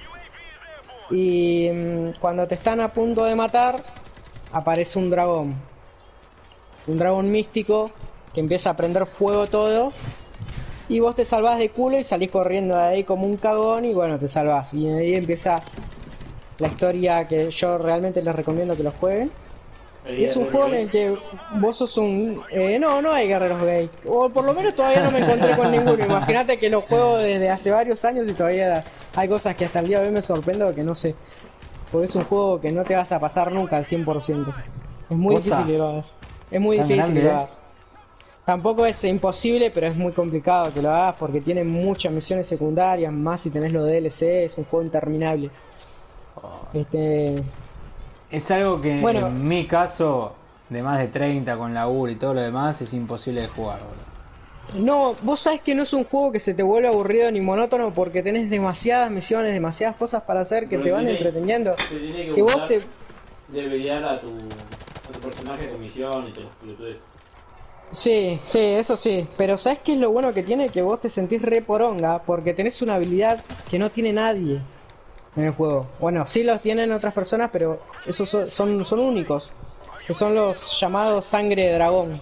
y mmm, cuando te están a punto de matar aparece un dragón. Un dragón místico que empieza a prender fuego todo. Y vos te salvás de culo y salís corriendo de ahí como un cagón y bueno, te salvás. Y ahí empieza la historia que yo realmente les recomiendo que lo jueguen. Y es un juego en el que vos sos un... Eh, no, no hay guerreros gay. O por lo menos todavía no me encontré con ninguno. Imagínate que lo juego desde hace varios años y todavía hay cosas que hasta el día de hoy me sorprendo que no sé. Porque es un juego que no te vas a pasar nunca al cien por ciento. Es muy Posta. difícil que lo hagas. Es muy Tan difícil grande, que lo ¿eh? hagas. Tampoco es imposible, pero es muy complicado que lo hagas porque tiene muchas misiones secundarias, más si tenés los D L C, es un juego interminable. Este... Es algo que Bueno. en mi caso, de más de treinta con laburo y todo lo demás, es imposible de jugar, boludo. No, vos sabés que no es un juego que se te vuelve aburrido ni monótono porque tenés demasiadas misiones, demasiadas cosas para hacer que Pero te van tiene- entreteniendo. Te tiene que, Que vos gustar te... de pelear a tu, a tu personaje con misión y todo lo que Sí, sí, eso sí, pero ¿sabés qué es lo bueno que tiene? Que vos te sentís re poronga porque tenés una habilidad que no tiene nadie en el juego. Bueno, sí los tienen otras personas, pero esos son, son, son únicos, que son los llamados sangre de dragón.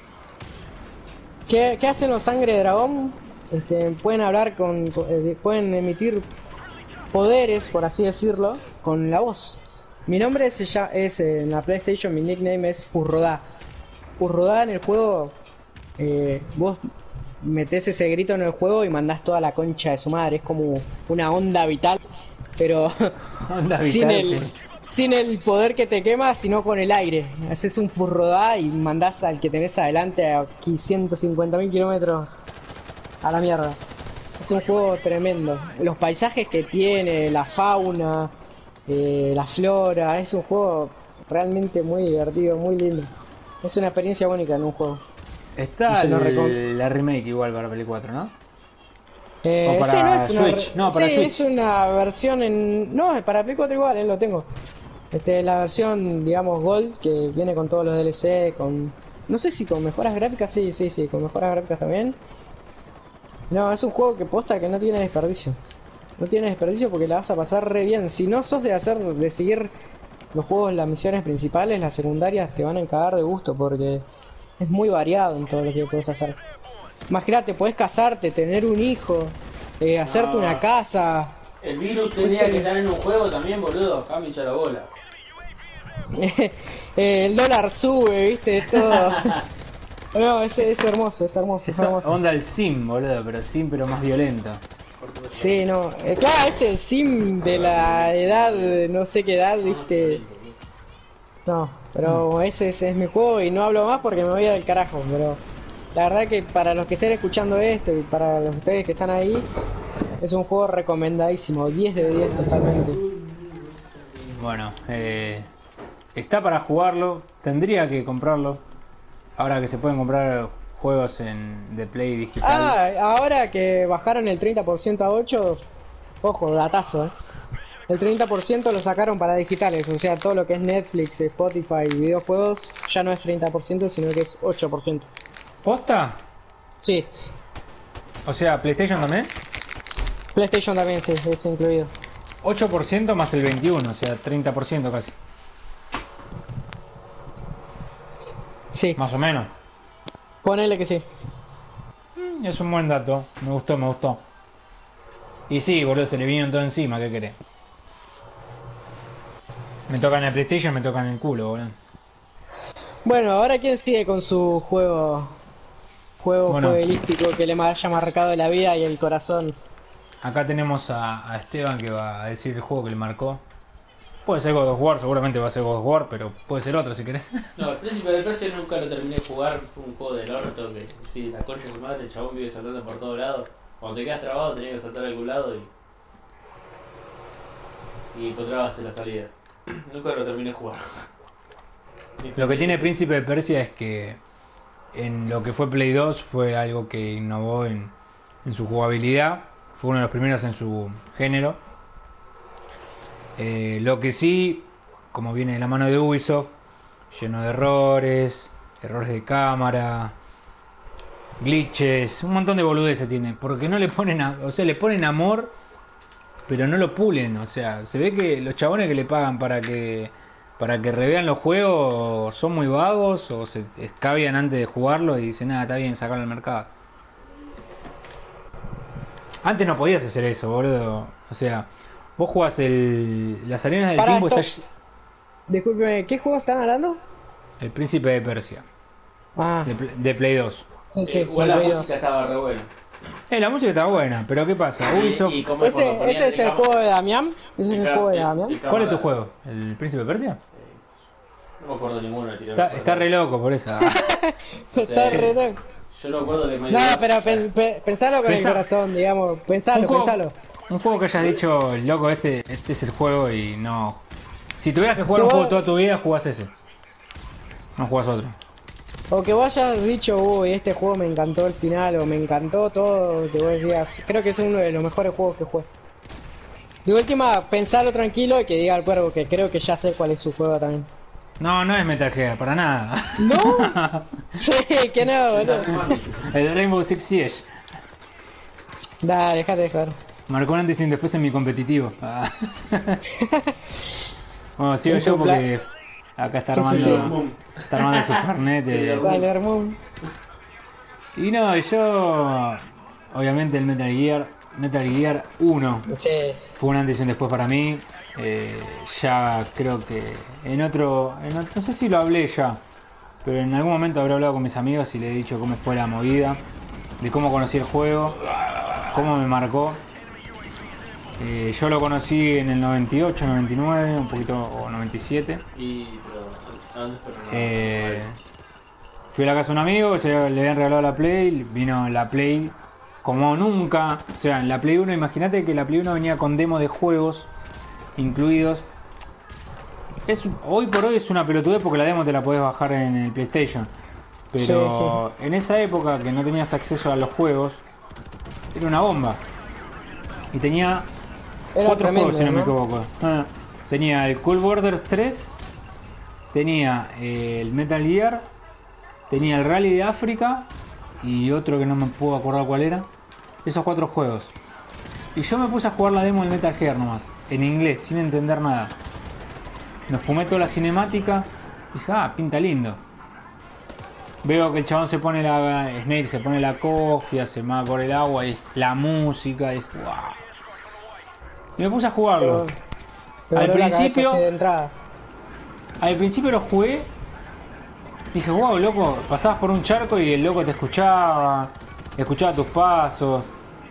¿Qué, qué hacen los sangre de dragón? Este, pueden hablar con, con- eh, pueden emitir poderes, por así decirlo, con la voz. Mi nombre es, ya, es eh, en la PlayStation, mi nickname es Furrodá. Furrodá en el juego, eh, vos metés ese grito en el juego y mandás toda la concha de su madre. Es como una onda vital, pero Onda sin vital, el, sí. sin el poder que te quema, sino con el aire. Haces un Furrodá y mandás al que tenés adelante a ciento cincuenta mil kilómetros a la mierda. Es un juego tremendo. Los paisajes que tiene, la fauna, eh, la flora, es un juego realmente muy divertido, muy lindo. Es una experiencia única en un juego. Está Y se lo el- recom- la remake igual para Play cuatro, ¿no? Eh, O para sí, no es una, Switch, re- no, para sí, Switch. es una versión en... No, es para Play cuatro igual, eh, lo tengo. Este, la versión, digamos, Gold, que viene con todos los D L C, con... No sé si con mejoras gráficas, sí, sí, sí, con mejoras gráficas también. No, es un juego que posta que no tiene desperdicio. No tiene desperdicio porque la vas a pasar re bien. Si no sos de hacer, de seguir los juegos, las misiones principales, las secundarias te van a encagar de gusto porque es muy variado en todo lo que puedes hacer. Imagínate, podés casarte, tener un hijo, eh, hacerte una casa. El virus Pues tenía el- que estar en un juego también, boludo. Acá me hincha la bola. Eh, el dólar sube, viste, es todo. No, es, es hermoso, es hermoso, es Esa hermoso. onda el sim, boludo, pero sim pero más violento. Sí, no, eh, claro, es el sim de la edad, de no sé qué edad, viste. No, pero ese, ese es mi juego y no hablo más porque me voy al carajo, pero la verdad que para los que estén escuchando esto y para los ustedes que están ahí, es un juego recomendadísimo, diez de diez totalmente. Bueno, eh, está para jugarlo, tendría que comprarlo. Ahora que se pueden comprar juegos en de Play digital. Ah, ahora que bajaron el treinta por ciento a ocho, ojo, datazo, eh. El treinta por ciento lo sacaron para digitales, o sea, todo lo que es Netflix, Spotify y videojuegos ya no es treinta por ciento, sino que es ocho por ciento. ¿Posta? Sí, O sea, PlayStation también. PlayStation también sí, es incluido. ocho por ciento más el veintiuno, o sea, treinta por ciento casi. Sí, Más o menos. ponele que sí. Mm, Es un buen dato. Me gustó, me gustó. Y sí, boludo, se le vinieron todo encima, ¿qué querés? Me tocan el PlayStation, me tocan el culo, boludo. Bueno, ahora quién sigue con su juego juego Bueno. jueguístico que le haya marcado la vida y el corazón. Acá tenemos a, a Esteban que va a decir el juego que le marcó. Puede ser God of War, seguramente va a ser God of War, pero puede ser otro si querés. No, el Príncipe del Precio nunca lo terminé de jugar. Fue un juego del orto que, sí, la concha de su madre, el chabón vive saltando por todos lados. Cuando te quedas trabado, tenías que saltar a algún lado y. y encontrabas en la salida. Nunca lo terminé de jugar. Lo que tiene Príncipe de Persia es que en lo que fue Play dos fue algo que innovó en, en su jugabilidad. Fue uno de los primeros en su género. Eh, lo que sí, como viene de la mano de Ubisoft, lleno de errores, errores de cámara, glitches, un montón de boludeces tiene. Porque no le ponen, a, o sea, le ponen amor, pero no lo pulen. O sea, se ve que los chabones que le pagan para que para que revean los juegos son muy vagos o se escabian antes de jugarlo y dicen, nada, está bien, sacarlo al mercado. Antes no podías hacer eso, boludo. O sea, vos jugás el, las arenas del Para tiempo. esto... Está... Disculpe, ¿qué juego están hablando? El Príncipe de Persia. Ah. De, de Play dos. Sí, sí, eh, la Play música dos. estaba re buena. Eh, la música está buena, pero ¿qué pasa? Ubisoft... Y, y como ¿Ese, cuando ese es el cam- juego de Damián? ¿Ese es el cam- juego de el- Damián? el ¿Cuál es tu cámara- juego? ¿El Príncipe de Persia? No me acuerdo ninguno. Tío, Está, está re loco por eso. Está re loco. Yo no acuerdo que me No, pero pen- pe- pensalo con Pensá- el corazón, digamos. Pensalo, un, juego, pensalo. un juego que hayas dicho, loco, este, este es el juego y no... Si tuvieras que jugar un Pero juego vos- toda tu vida, jugás ese. No jugás otro. O que vos hayas dicho, uy, este juego me encantó el final, o me encantó todo, que vos digas, creo que es uno de los mejores juegos que jugué. De última, pensalo tranquilo y que diga al cuervo que creo que ya sé cuál es su juego también. No, no es Metal Gear, para nada. ¿No? Sí, que no, boludo. El Rainbow Six Siege. Dale, dejate de jugar. Marcó un antes y un después en mi competitivo. Ah. Bueno, sigo Un yo compla- porque acá está Sí, sí, armando, sí. está armando su Fernet. eh. Tyler Moon. Y no, yo... Obviamente el Metal Gear, Metal Gear uno Sí. fue un antes y un después para mí. Eh, ya creo que en otro, en otro... No sé si lo hablé ya, pero en algún momento habré hablado con mis amigos y le he dicho cómo fue la movida, de cómo conocí el juego, cómo me marcó. Eh, yo lo conocí en el noventa y ocho, noventa y nueve, un poquito, o noventa y siete. Y, pero, ¿dónde fue? Eh, fui a la casa de un amigo, se le habían regalado la Play, vino la Play como nunca. O sea, en la Play uno, imagínate que la Play uno venía con demo de juegos incluidos. Es, hoy por hoy es una pelotudez porque la demo te la podés bajar en el PlayStation. Pero sí, sí. En esa época que no tenías acceso a los juegos, era una bomba. Y tenía Era cuatro tremendo, juegos, si no, ¿no? me equivoco. Ah, tenía el Cool Borders tres, tenía eh, el Metal Gear, tenía el Rally de África y otro que no me puedo acordar cuál era. Esos cuatro juegos. Y yo me puse a jugar la demo del Metal Gear nomás, en inglés, sin entender nada. Me fumé toda la cinemática y dije, ah, pinta lindo. Veo que el chabón se pone la... Snake se pone la cofia, se va por el agua y la música y wow. Y me puse a jugarlo. Te Al voló la cabeza principio, así de entrada. al principio lo jugué. Dije, wow, loco, pasabas por un charco y el loco te escuchaba, escuchaba tus pasos.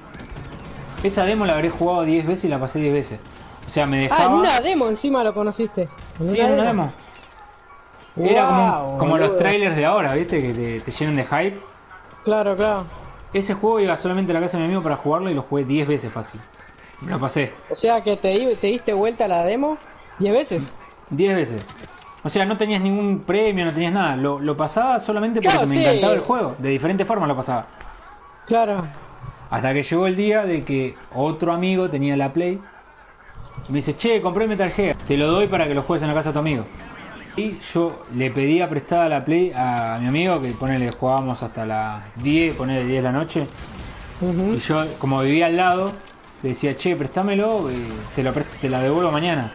Esa demo la habré jugado diez veces y la pasé diez veces. O sea, me dejaba... Ah, en una demo encima lo conociste. ¿En Sí, en una demo. Era como, Wow, como los boludo. trailers de ahora, ¿viste? Que te, te llenan de hype. Claro, claro. Ese juego iba solamente a la casa de mi amigo para jugarlo y lo jugué diez veces fácil. Me lo pasé. O sea que te, di- te diste vuelta a la demo diez veces. diez veces. O sea, no tenías ningún premio, no tenías nada. Lo, lo pasaba solamente porque Claro, me sí. encantaba el juego. De diferentes formas lo pasaba. Claro. Hasta que llegó el día de que otro amigo tenía la Play. Y me dice, che, compré Metal Gear. Te lo doy para que lo juegues en la casa de tu amigo. Y yo le pedía prestada la Play a mi amigo, que ponele, jugábamos hasta las diez, ponele diez de la noche. Ujú. Y yo, como vivía al lado, le decía, che, préstamelo, eh, te, lo prest- te la devuelvo mañana.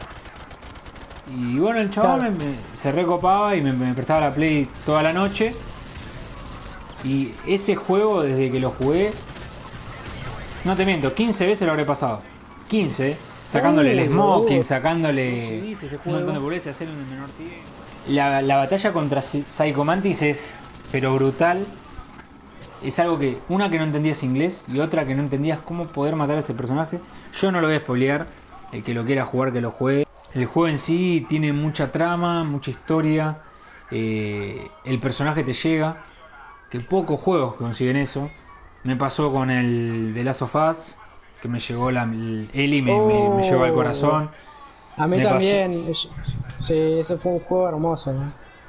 Y bueno, el chabón Claro. me- me- se recopaba y me, me prestaba la Play toda la noche. Y ese juego, desde que lo jugué, no te miento, quince veces lo habré pasado. quince, ¿eh? Sacándole el Uh, smoking, uh. sacándole un montón de burgueses, hacerlo en el menor tiempo. La, la batalla contra Psy- Psycho Mantis es, pero brutal. Es algo que, una que no entendías inglés y otra que no entendías cómo poder matar a ese personaje. Yo no lo voy a spoilear, el que lo quiera jugar que lo juegue. El juego en sí tiene mucha trama, mucha historia, eh, el personaje te llega, que pocos juegos consiguen eso. Me pasó con el de Last of Us, que me llegó la, el Eli me, me, me llegó al corazón. A mí Me también. es- Sí, ese fue un juego hermoso, ¿no?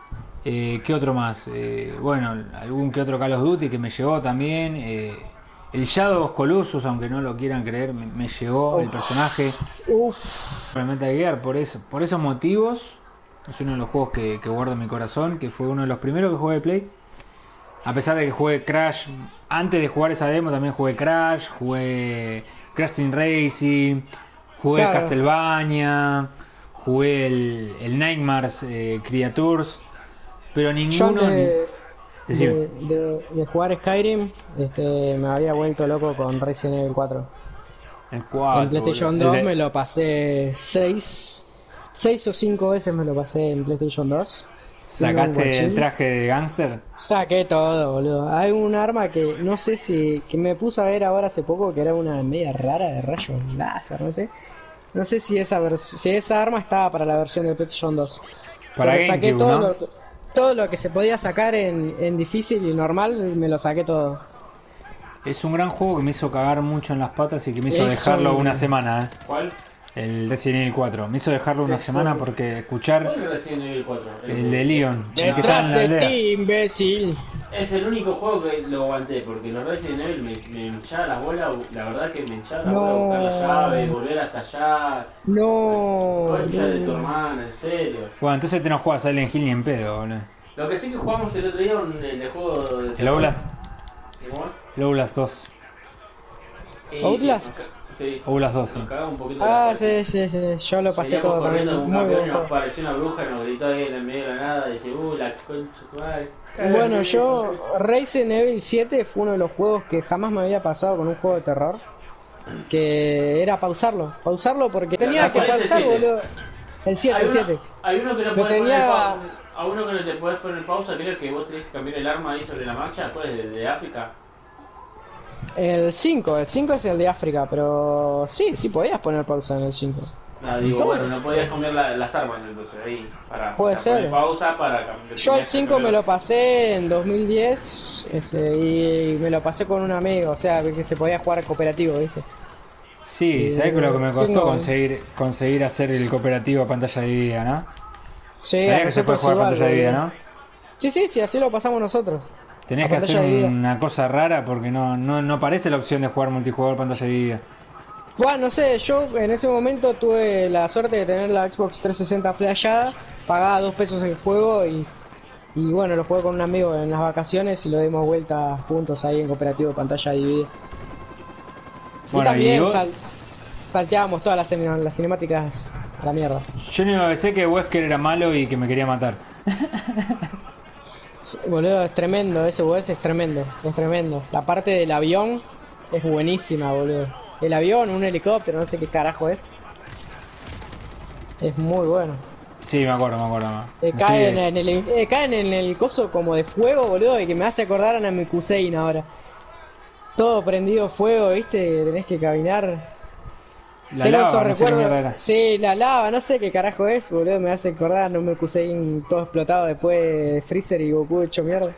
Eh, ¿Qué otro más? Eh, bueno, algún que otro Call of Duty que me llegó también. Eh, el Shadow of Colossus, aunque no lo quieran creer, me, me llegó Uf, el personaje. Uf. Para Metal Gear, por, eso, por esos motivos, es uno de los juegos que, que guardo en mi corazón, que fue uno de los primeros que jugué de Play. A pesar de que jugué Crash, antes de jugar esa demo también jugué Crash, jugué Crash Team Racing, jugué Claro. Castlevania, jugué el, el Nightmares eh, Creatures, pero Yo ninguno... antes Ni... de, Decime. de, de- de jugar Skyrim, este, me había vuelto loco con Resident Evil cuatro. El cuatro, En PlayStation boludo. dos El de- me lo pasé seis seis o cinco veces me lo pasé en PlayStation dos. siendo un ¿Sacaste el guachín. traje de gángster? Saqué todo, boludo. Hay un arma que no sé si... que me puse a ver ahora hace poco, que era una media rara de rayos láser, no sé. No sé si esa vers- si esa arma estaba para la versión de PlayStation dos. Para Pero saqué GameCube, todo, ¿no? lo, todo lo que se podía sacar en, en difícil y normal, me lo saqué todo. Es un gran juego que me hizo cagar mucho en las patas y que me hizo Eso. dejarlo una semana, ¿eh? ¿Cuál? El Resident Evil cuatro. Me hizo dejarlo una Eso. semana porque escuchar ¿Cuál es Resident Evil cuatro? el de Leon, el que está Detrás en la de aldea. ti, imbécil. Es el único juego que lo aguanté, porque los Resident Evil me, me hinchaba la bola, la verdad que me hinchaba la No. bola buscar la llave, volver hasta allá. No. Concha de tu no. hermana, en serio. Bueno, entonces te no juegas Silent Hill ni en pedo, boludo. Lo que sí que jugamos el otro día un el de juego de El terror. Outlast, ¿Cómo es? el Outlast dos. Y ¿Outlast? Sí, nos ca- sí. Outlast dos, sí. Nos cagaba un poquito Ah, la sí, sí, sí. Yo lo pasé Veníamos todo también. corriendo con un Muy campeón y buen nos juego. apareció una bruja y nos gritó ahí en el medio de la nada y dice, uh, la concha de tu madre. Bueno, yo Resident Evil siete fue uno de los juegos que jamás me había pasado con un juego de terror. Que era pausarlo, pausarlo porque tenía que ¿cuál es el pausar, siete? boludo. El siete, Hay el uno- siete. Hay uno que no Lo puedes poner tenía- pausa. A uno que no te puedes poner pausa, creo que vos tenés que cambiar el arma ahí sobre la marcha. ¿Cuál es? ¿De, de África? El cinco, el cinco es el de África, pero sí, sí podías poner pausa en el cinco. No, digo, ¿Cómo? bueno, no podías cambiar la- las armas entonces ahí. Para, Puede para poner ser. pausa para cambiar. Yo el cinco me lo pasé en dos mil diez este, y me lo pasé con un amigo, o sea, que se podía jugar cooperativo, ¿viste? Sí, Eh, ¿sabés lo que me costó tengo- conseguir conseguir hacer el cooperativo a pantalla dividida, no? Sí, Sabía a que se puede nosotros jugar a igual, pantalla dividida, boludo. ¿no? Sí, sí, sí, así lo pasamos nosotros. Tenés A que pantalla hacer dividida. una cosa rara porque no, no, no aparece la opción de jugar multijugador pantalla dividida. Bueno, no sé, yo en ese momento tuve la suerte de tener la Xbox trescientos sesenta flashada, pagaba dos pesos el juego y, y bueno, lo jugué con un amigo en las vacaciones y lo dimos vuelta juntos ahí en cooperativo pantalla dividida. Bueno, y también y vos- sal- salteábamos todas las, cine- las cinemáticas a la mierda. Yo no iba a decir que Wesker era malo y que me quería matar. Sí, boludo, es tremendo, ese U S es tremendo, es tremendo. La parte del avión es buenísima, boludo. El avión, un helicóptero, no sé qué carajo es. Es muy bueno. Sí, me acuerdo, me acuerdo. Eh, Me caen, estoy- en el, eh, caen en el coso como de fuego, boludo, y que me hace acordar a Namekusein ahora. Todo prendido fuego, viste, tenés que caminar. La Tengo lava, esos no sé qué mierda recuerdos. era. Sí, la lava, no sé qué carajo es, boludo, me hace acordar a Namekusein todo explotado después de Freezer y Goku hecho mierda.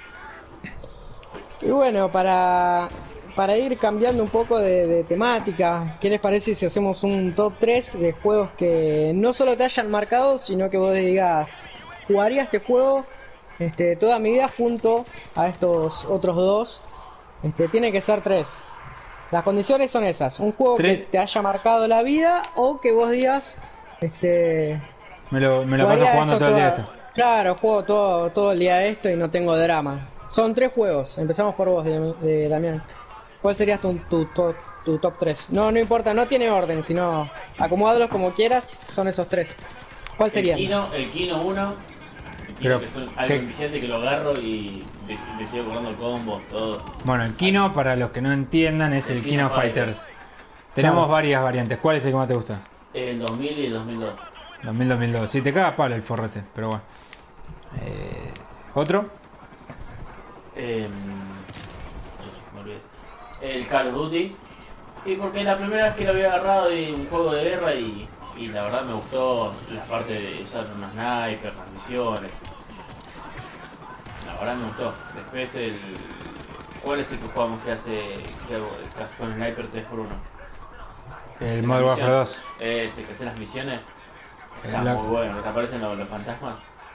Y bueno, para, para ir cambiando un poco de, de temática, ¿qué les parece si hacemos un top tres de juegos que no solo te hayan marcado, sino que vos digas, jugaría este juego este, toda mi vida junto a estos otros dos? Este, tiene que ser tres. Las condiciones son esas, un juego Tres. que te haya marcado la vida o que vos digas, este... Me lo, me lo paso jugaría jugando esto todo el día toda- esto. Claro, juego todo, todo el día esto y no tengo drama. Son tres juegos, empezamos por vos, de, de- Damián. ¿Cuál sería tu, tu, tu, tu top tres? No, no importa, no tiene orden, sino acomodalos como quieras, son esos tres. ¿Cuál sería? El Kino, el Kino uno. El Kino Pero, que es un- ¿qué? algo enviciante que lo agarro y le, le sigo cobrando combos, todo. Bueno, el Kino, para los que no entiendan, es el, El Kino Kino Fighters. Tenemos Claro. varias variantes. ¿Cuál es el que más te gusta? El dos mil y el dos mil dos. dos mil dos mil dos. Si te caga palo el forrete, pero bueno. Eh, ¿Otro? Eh, me olvidé. El Call of Duty. Y porque la primera vez que lo había agarrado de un juego de guerra y, y la verdad me gustó la parte de usar unos snipers, las misiones. La verdad me gustó. Después el... ¿Cuál es el que jugamos que hace que hago casi con sniper tres por uno? El La Modern misión. Warfare dos. Ese que hace las misiones. El Está Black- muy bueno, que te aparecen los, los fantasmas.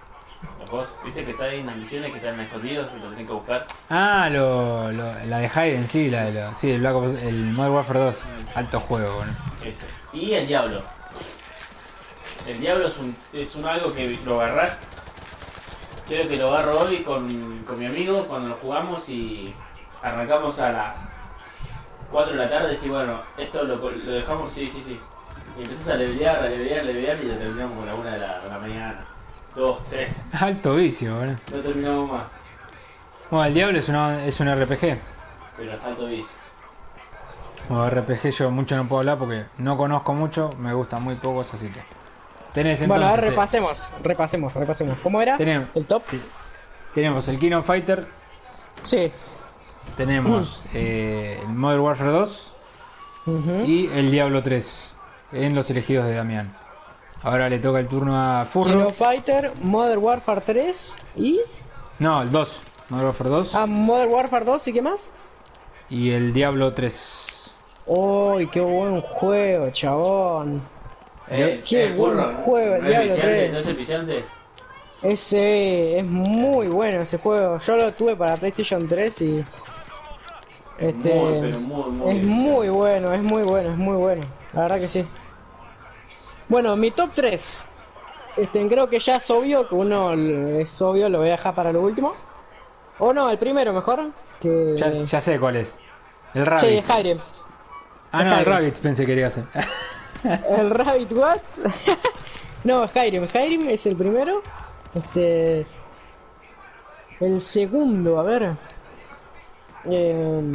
Los juegos, viste que está ahí en las misiones que están escondidos y lo tienen que buscar. Ah, lo, lo, la de Hayden, sí, la de lo, sí, el Black Ops, el Modern Warfare dos. Alto juego, bueno. Ese. Y el Diablo. El Diablo es un, es un algo que lo agarrás. Creo que lo agarro hoy con, con mi amigo cuando lo jugamos y arrancamos a las cuatro de la tarde y decís, bueno, esto lo, lo dejamos, sí, sí, sí. Y empezás a levelear, a levelear, a levelear y lo terminamos con la una de la, de la mañana. Dos, tres. Alto vicio, bueno. No terminamos más. Bueno, el Diablo es, una, es un R P G. Pero hasta alto vicio. Bueno, R P G yo mucho no puedo hablar porque no conozco mucho, me gustan muy pocos, así que... Tenés entonces, bueno, a ver, repasemos, repasemos, repasemos. ¿Cómo era tenemos, el top? Tenemos el King of Fighter. Sí. Tenemos mm. eh, el Modern Warfare dos. Uh-huh. Y el Diablo tres. En los elegidos de Damián. Ahora le toca el turno a Furro. King of Fighter, Modern Warfare tres y... No, el dos. Modern Warfare dos. Ah, Modern Warfare dos y qué más? Y el Diablo tres. ¡Uy, qué buen juego, chabón! Eh, qué eh, buen burro, juego el Diablo tres. ¿No es el viciante? Ese es muy bueno ese juego. Yo lo tuve para PlayStation tres y... Este... Muy, pero muy, muy es muy bueno, es muy bueno, es muy bueno. La verdad que sí. Bueno, mi top tres. Este, creo que ya es obvio, que uno es obvio, lo voy a dejar para lo último. O no, el primero mejor. Que... Ya, ya sé cuál es. El Rabbit. Sí, Skyrim. Ah, no, Skyrim. El Rabbit pensé que quería hacer. ¿El Rabbit what? No, Skyrim. Skyrim es el primero. Este... El segundo, a ver... Eh...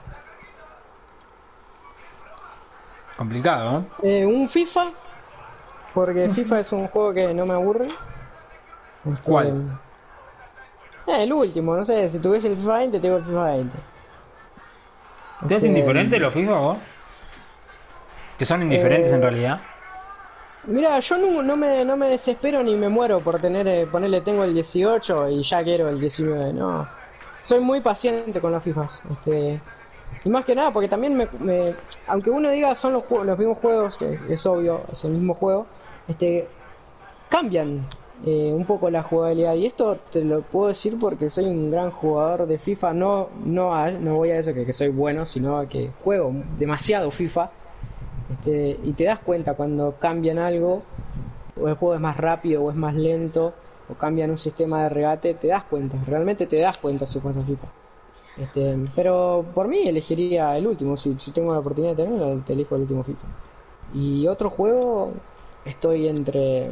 Complicado, ¿no? Eh, un FIFA. Porque FIFA es un juego que no me aburre. Este... ¿Cuál? Eh, el último, no sé, si tuviese el FIFA veinte, te digo el FIFA veinte. ¿Te es este... indiferente los FIFA vos? Que son indiferentes eh... en realidad. Mira, yo no, no, me, no me desespero ni me muero por tener, eh, ponerle tengo el dieciocho y ya quiero el diecinueve, no. Soy muy paciente con los FIFAs, este... Y más que nada porque también me, me aunque uno diga son los, los mismos juegos, que es obvio, es el mismo juego, este... Cambian eh, un poco la jugabilidad y esto te lo puedo decir porque soy un gran jugador de FIFA, no, no, a, no voy a eso que, que soy bueno, sino a que juego demasiado FIFA. Este, y te das cuenta cuando cambian algo, o el juego es más rápido o es más lento, o cambian un sistema de regate, te das cuenta, realmente te das cuenta si juegas a FIFA. Este, pero por mí elegiría el último, si, si tengo la oportunidad de tenerlo, te elijo el último FIFA. Y otro juego, estoy entre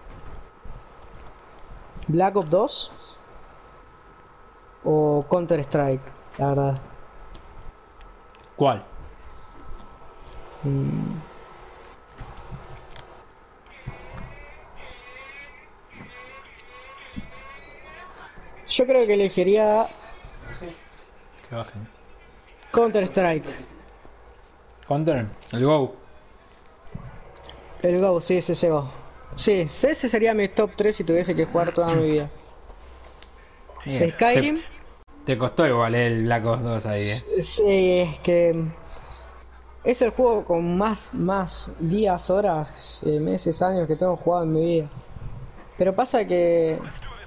Black Ops dos o Counter Strike, la verdad. ¿Cuál? Yo creo que elegiría que bajen. Counter Strike. Counter, el Go. El Go, sí, ese Go. Sí, ese sería mi top tres si tuviese que jugar toda mi vida. Bien. Skyrim. Te, te costó igual eh, el Black Ops dos ahí, eh. Sí, es que es el juego con más, más días, horas, eh, meses, años que tengo jugado en mi vida. Pero pasa que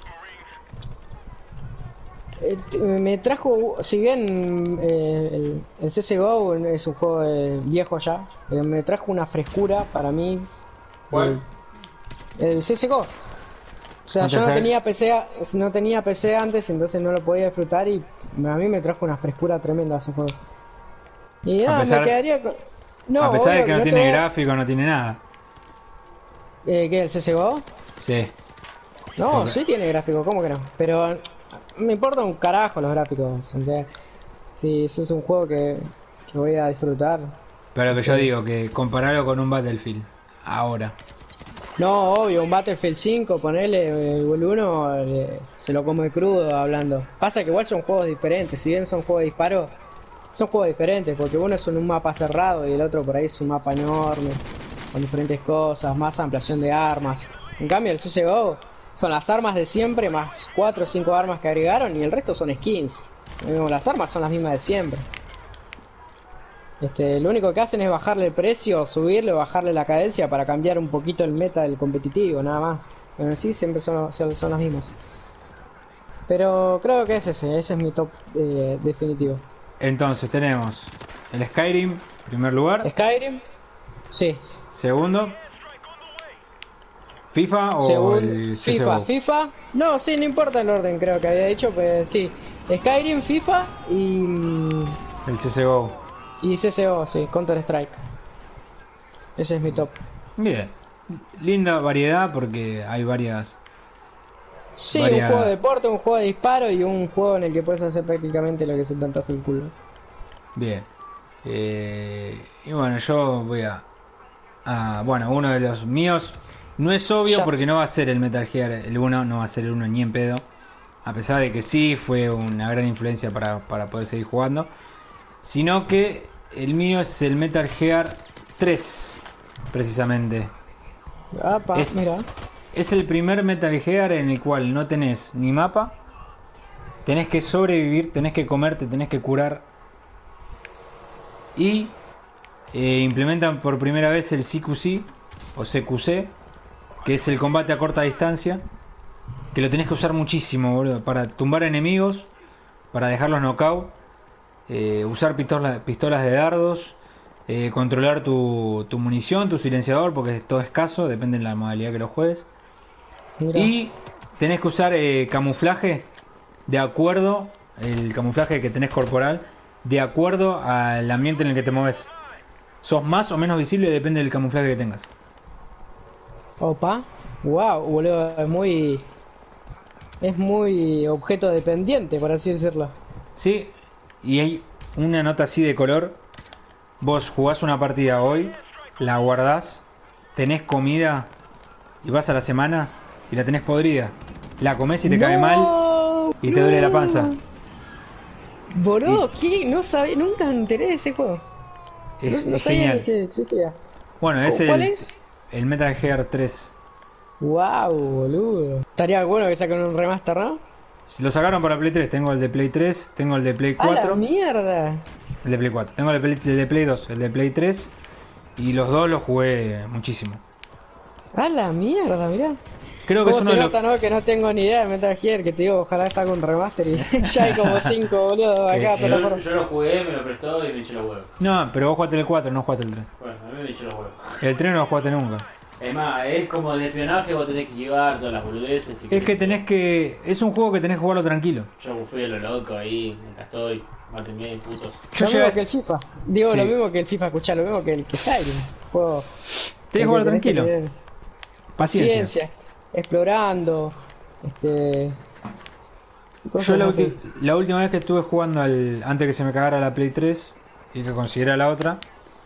eh, me trajo, si bien eh, el, el C S G O es un juego eh, viejo ya, eh, me trajo una frescura para mí. ¿Cuál? El, el C S G O. O sea, yo no tenía P C, no tenía P C antes, entonces no lo podía disfrutar y a mí me trajo una frescura tremenda ese juego. Y nada, pesar, me quedaría con... No, a pesar obvio, de que no, no tiene voy... gráfico, no tiene nada. Eh, ¿Qué? ¿El C S G O? Sí. No, Porque... sí tiene gráfico, ¿cómo que no? Pero me importa un carajo los gráficos. O sea, si ese es un juego que, que voy a disfrutar. Pero que yo sí. digo, que compararlo con un Battlefield, ahora. No, obvio, un Battlefield cinco, ponele el uno, eh, se lo come crudo hablando. Pasa que igual son juegos diferentes, si bien son juegos de disparo, son juegos diferentes, porque uno es en un mapa cerrado y el otro por ahí es un mapa enorme, con diferentes cosas, más ampliación de armas. En cambio el C S G O son las armas de siempre, más cuatro o cinco armas que agregaron y el resto son skins. Las armas son las mismas de siempre. Este, lo único que hacen es bajarle el precio, subirle o bajarle la cadencia para cambiar un poquito el meta del competitivo, nada más. en sí siempre son, son, son las mismas. Pero creo que es ese, ese es mi top eh, definitivo. Entonces tenemos el Skyrim, en primer lugar. Skyrim, sí. Segundo, FIFA o Segundo, el C S G O. FIFA, FIFA. No, sí, no importa el orden, creo que había dicho, pues sí. Skyrim, FIFA y. El C S G O. Y C S G O, sí, Counter Strike. Ese es mi top. Bien. Linda variedad porque hay varias. Sí, varias... un juego de deporte, un juego de disparo y un juego en el que puedes hacer prácticamente lo que se te antoja el culo. Bien. Eh, y bueno, yo voy a, a. Bueno, uno de los míos. No es obvio ya porque no va a ser el Metal Gear el uno, no va a ser el uno ni en pedo. A pesar de que sí fue una gran influencia para, para poder seguir jugando. Sino que el mío es el Metal Gear tres, precisamente. Apa, es, mira. Es el primer Metal Gear en el cual no tenés ni mapa. Tenés que sobrevivir, tenés que comer, te tenés que curar. Y eh, implementan por primera vez el C Q C o C Q C, que es el combate a corta distancia, que lo tenés que usar muchísimo, boludo, para tumbar enemigos, para dejarlos knockout, eh, usar pistola, pistolas de dardos, eh, controlar tu, tu munición, tu silenciador, porque es todo escaso, depende de la modalidad que lo juegues. Mira. Y tenés que usar eh, camuflaje de acuerdo, el camuflaje que tenés corporal, de acuerdo al ambiente en el que te mueves. Sos más o menos visible, depende del camuflaje que tengas. Opa, wow, boludo, es muy. Es muy objeto dependiente, por así decirlo. Sí, y hay una nota así de color. Vos jugás una partida hoy, la guardás, tenés comida y vas a la semana y la tenés podrida. La comés y te no, cae mal y no. te duele la panza. Boludo, y... ¿qué? No sabía, nunca me enteré de ese juego. Es, no, no es sabía genial. que existía. Bueno, es ¿Cuál el, es? el Metal Gear tres. Wow, boludo. Estaría bueno que saquen un remaster, ¿no? Lo sacaron para Play tres. Tengo el de Play tres, tengo el de Play cuatro. ¡A la mierda! El de Play cuatro. Tengo el de Play, el de Play dos, el de Play tres. Y los dos los jugué muchísimo. ¡A la mierda, mirá! Creo que es uno se de nota, los... ¿no? Que no tengo ni idea de Metal Gear, que te digo, ojalá salga un remaster y ya hay como cinco, boludo, acá. Yo, yo, yo lo jugué, me lo prestó y me eché los huevos. No, pero vos jugaste el cuatro, no jugaste el tres. Bueno, a mí me eché los huevos. El tres no lo jugaste nunca. Es más, es como de espionaje, vos tenés que llevar todas las boludeces. Y es que tenés que... Es un juego que tenés que jugarlo tranquilo. Yo fui a lo loco ahí, acá estoy, mátenme, putos. Yo lo llegué... mismo que el FIFA. Digo sí. Lo mismo que el FIFA, escuchá, lo mismo que el Skyrim. Juego... Tenés que jugarlo tranquilo. Que Paciencia. Ciencia, explorando, este... Yo la, ulti... la última vez que estuve jugando al... antes que se me cagara la Play tres y que consiguiera la otra,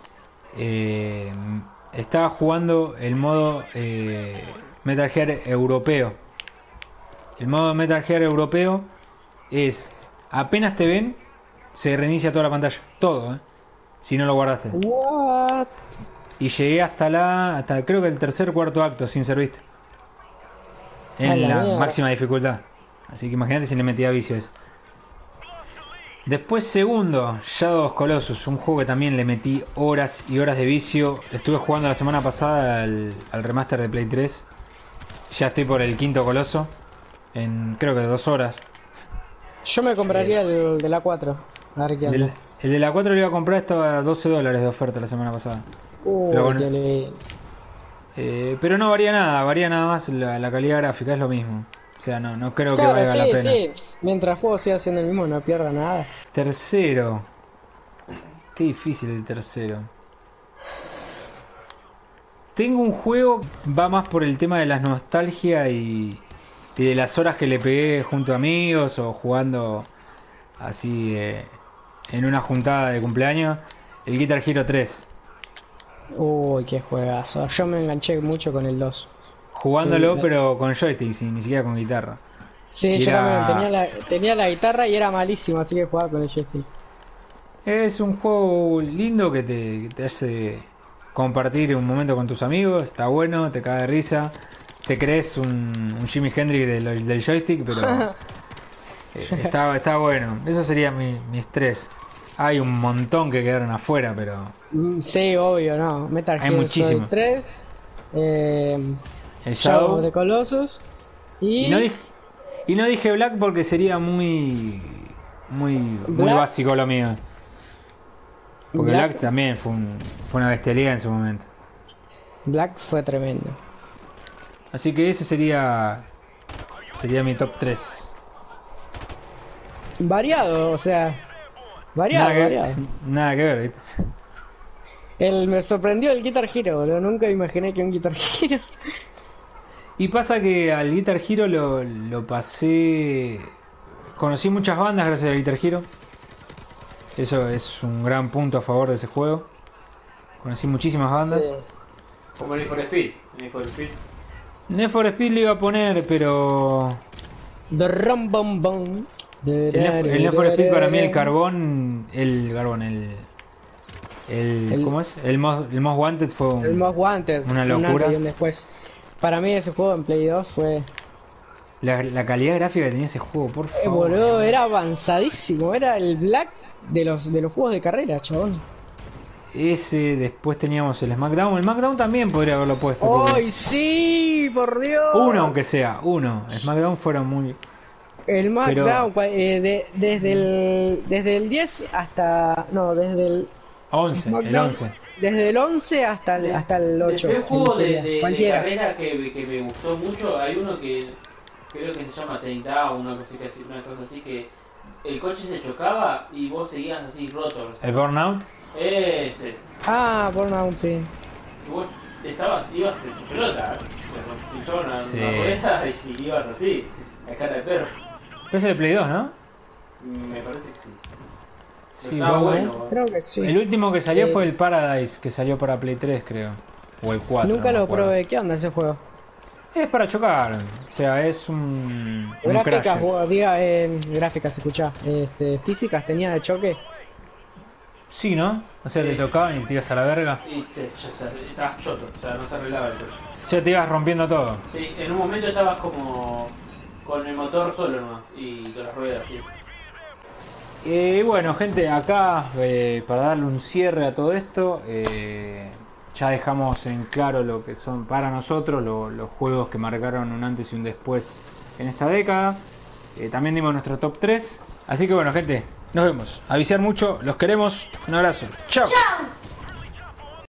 eh... estaba jugando el modo eh, Metal Gear europeo. El modo Metal Gear europeo es apenas te ven, se reinicia toda la pantalla, todo, ¿eh? Si no lo guardaste. What? Y llegué hasta la, hasta creo que el tercer cuarto acto sin ser visto. En la, la máxima dificultad. Así que imagínate si le metía vicio eso. Después segundo, Shadow of Colossus, un juego que también le metí horas y horas de vicio. Estuve jugando la semana pasada al, al remaster de Play tres. Ya estoy por el quinto coloso. En creo que dos horas. Yo me compraría eh, el de la cuatro. A ver qué el, de, el de la cuatro lo iba a comprar, estaba a doce dólares de oferta la semana pasada. Uh, pero, bueno, le... eh, pero no varía nada, varía nada más la, la calidad gráfica, es lo mismo. O sea, no, no creo claro, que valga sí, la pena. Sí. Mientras el juego siga siendo el mismo, no pierda nada. Tercero. Qué difícil el tercero. Tengo un juego, va más por el tema de la nostalgia y, y de las horas que le pegué junto a amigos o jugando así eh, en una juntada de cumpleaños. El Guitar Hero tres. Uy, qué juegazo. Yo me enganché mucho con el dos. Jugándolo, sí, pero con joystick, sí, ni siquiera con guitarra. Sí, yo era... también tenía la, tenía la guitarra y era malísimo, así que jugaba con el joystick. Es un juego lindo que te, que te hace compartir un momento con tus amigos, está bueno, te cae de risa, te crees un, un Jimi Hendrix del, del joystick, pero eh, está, está bueno. Eso sería mi, mis tres. Hay un montón que quedaron afuera, pero... Sí, obvio, no. Metal Gear Solid tres, eh, El Shadow Shadow. of the Colossus. Y, Y no, dije, y no dije Black porque sería muy muy muy Black. básico lo mío. Porque Black, Black, también fue, un, fue una bestialidad en su momento. Black fue tremendo. Así que ese sería sería mi top tres. Variado, o sea, variado, Nada que, variado. nada que ver, ¿viste? El, me sorprendió el Guitar Hero, boludo. Nunca imaginé que un Guitar Hero. Y pasa que al Guitar Hero lo, lo pasé. Conocí muchas bandas gracias al Guitar Hero. Eso es un gran punto a favor de ese juego. Conocí muchísimas bandas. Sí. Como Need for Speed. Need for Speed. Need for Speed le iba a poner, pero. The Rum Bum Bum. El Need, el Need for Speed para mí el carbón. El carbón, el. El, El- ¿Cómo es? El Most, el Most Wanted fue un- El Most Wanted. una un locura. antes y un después. Para mí ese juego en Play dos fue... La, la calidad gráfica que tenía ese juego, por Eh, favor. boludo, era avanzadísimo. Era el Black de los, de los juegos de carrera, chabón. Ese, después teníamos el SmackDown. El SmackDown también podría haberlo puesto. porque- ¡Ay, sí! ¡Por Dios! Uno, aunque sea, uno. SmackDown fueron muy. El Pero- SmackDown, cua- eh, de- desde, el, desde el diez hasta... No, desde el... once, el SmackDown, once. Desde el once hasta el, hasta el ocho. Después juego de, sería. de, de Cualquiera. carrera que, que me gustó mucho. Hay uno que creo que se llama treinta, una cosa así, una cosa así que el coche se chocaba y vos seguías así roto. o sea, El Burnout. Ese. Ah, Burnout, sí. Y vos estabas, ibas hecho pelota. Se pinchó una, Sí. una rueda y ibas así, a cara de perro. Pero ese de Play dos, ¿no? Me parece que sí. Pero Sí, estaba vamos. bueno. Creo que sí. El último que salió Eh, fue el Paradise, que salió para Play tres, creo. O el cuatro. Nunca no me lo acuerdo. probé. ¿Qué onda ese juego? Es para chocar. O sea, es un. un Gráficas, crasher. vos, diga, eh, gráficas, escuchá. Este, físicas tenía de choque. Sí, ¿no? O sea, te Sí. tocaban y te ibas a la verga. Y te, ya se, estabas choto, o sea, no se arreglaba el coche. O sea, te ibas rompiendo todo. Sí, en un momento estabas como con el motor solo nomás y con las ruedas, sí. Y bueno, gente, acá eh, para darle un cierre a todo esto, eh, ya dejamos en claro lo que son para nosotros lo- los juegos que marcaron un antes y un después en esta década. Eh, también dimos nuestro top tres. Así que bueno, gente, nos vemos. Avisar mucho, los queremos. Un abrazo. Chao. Chao.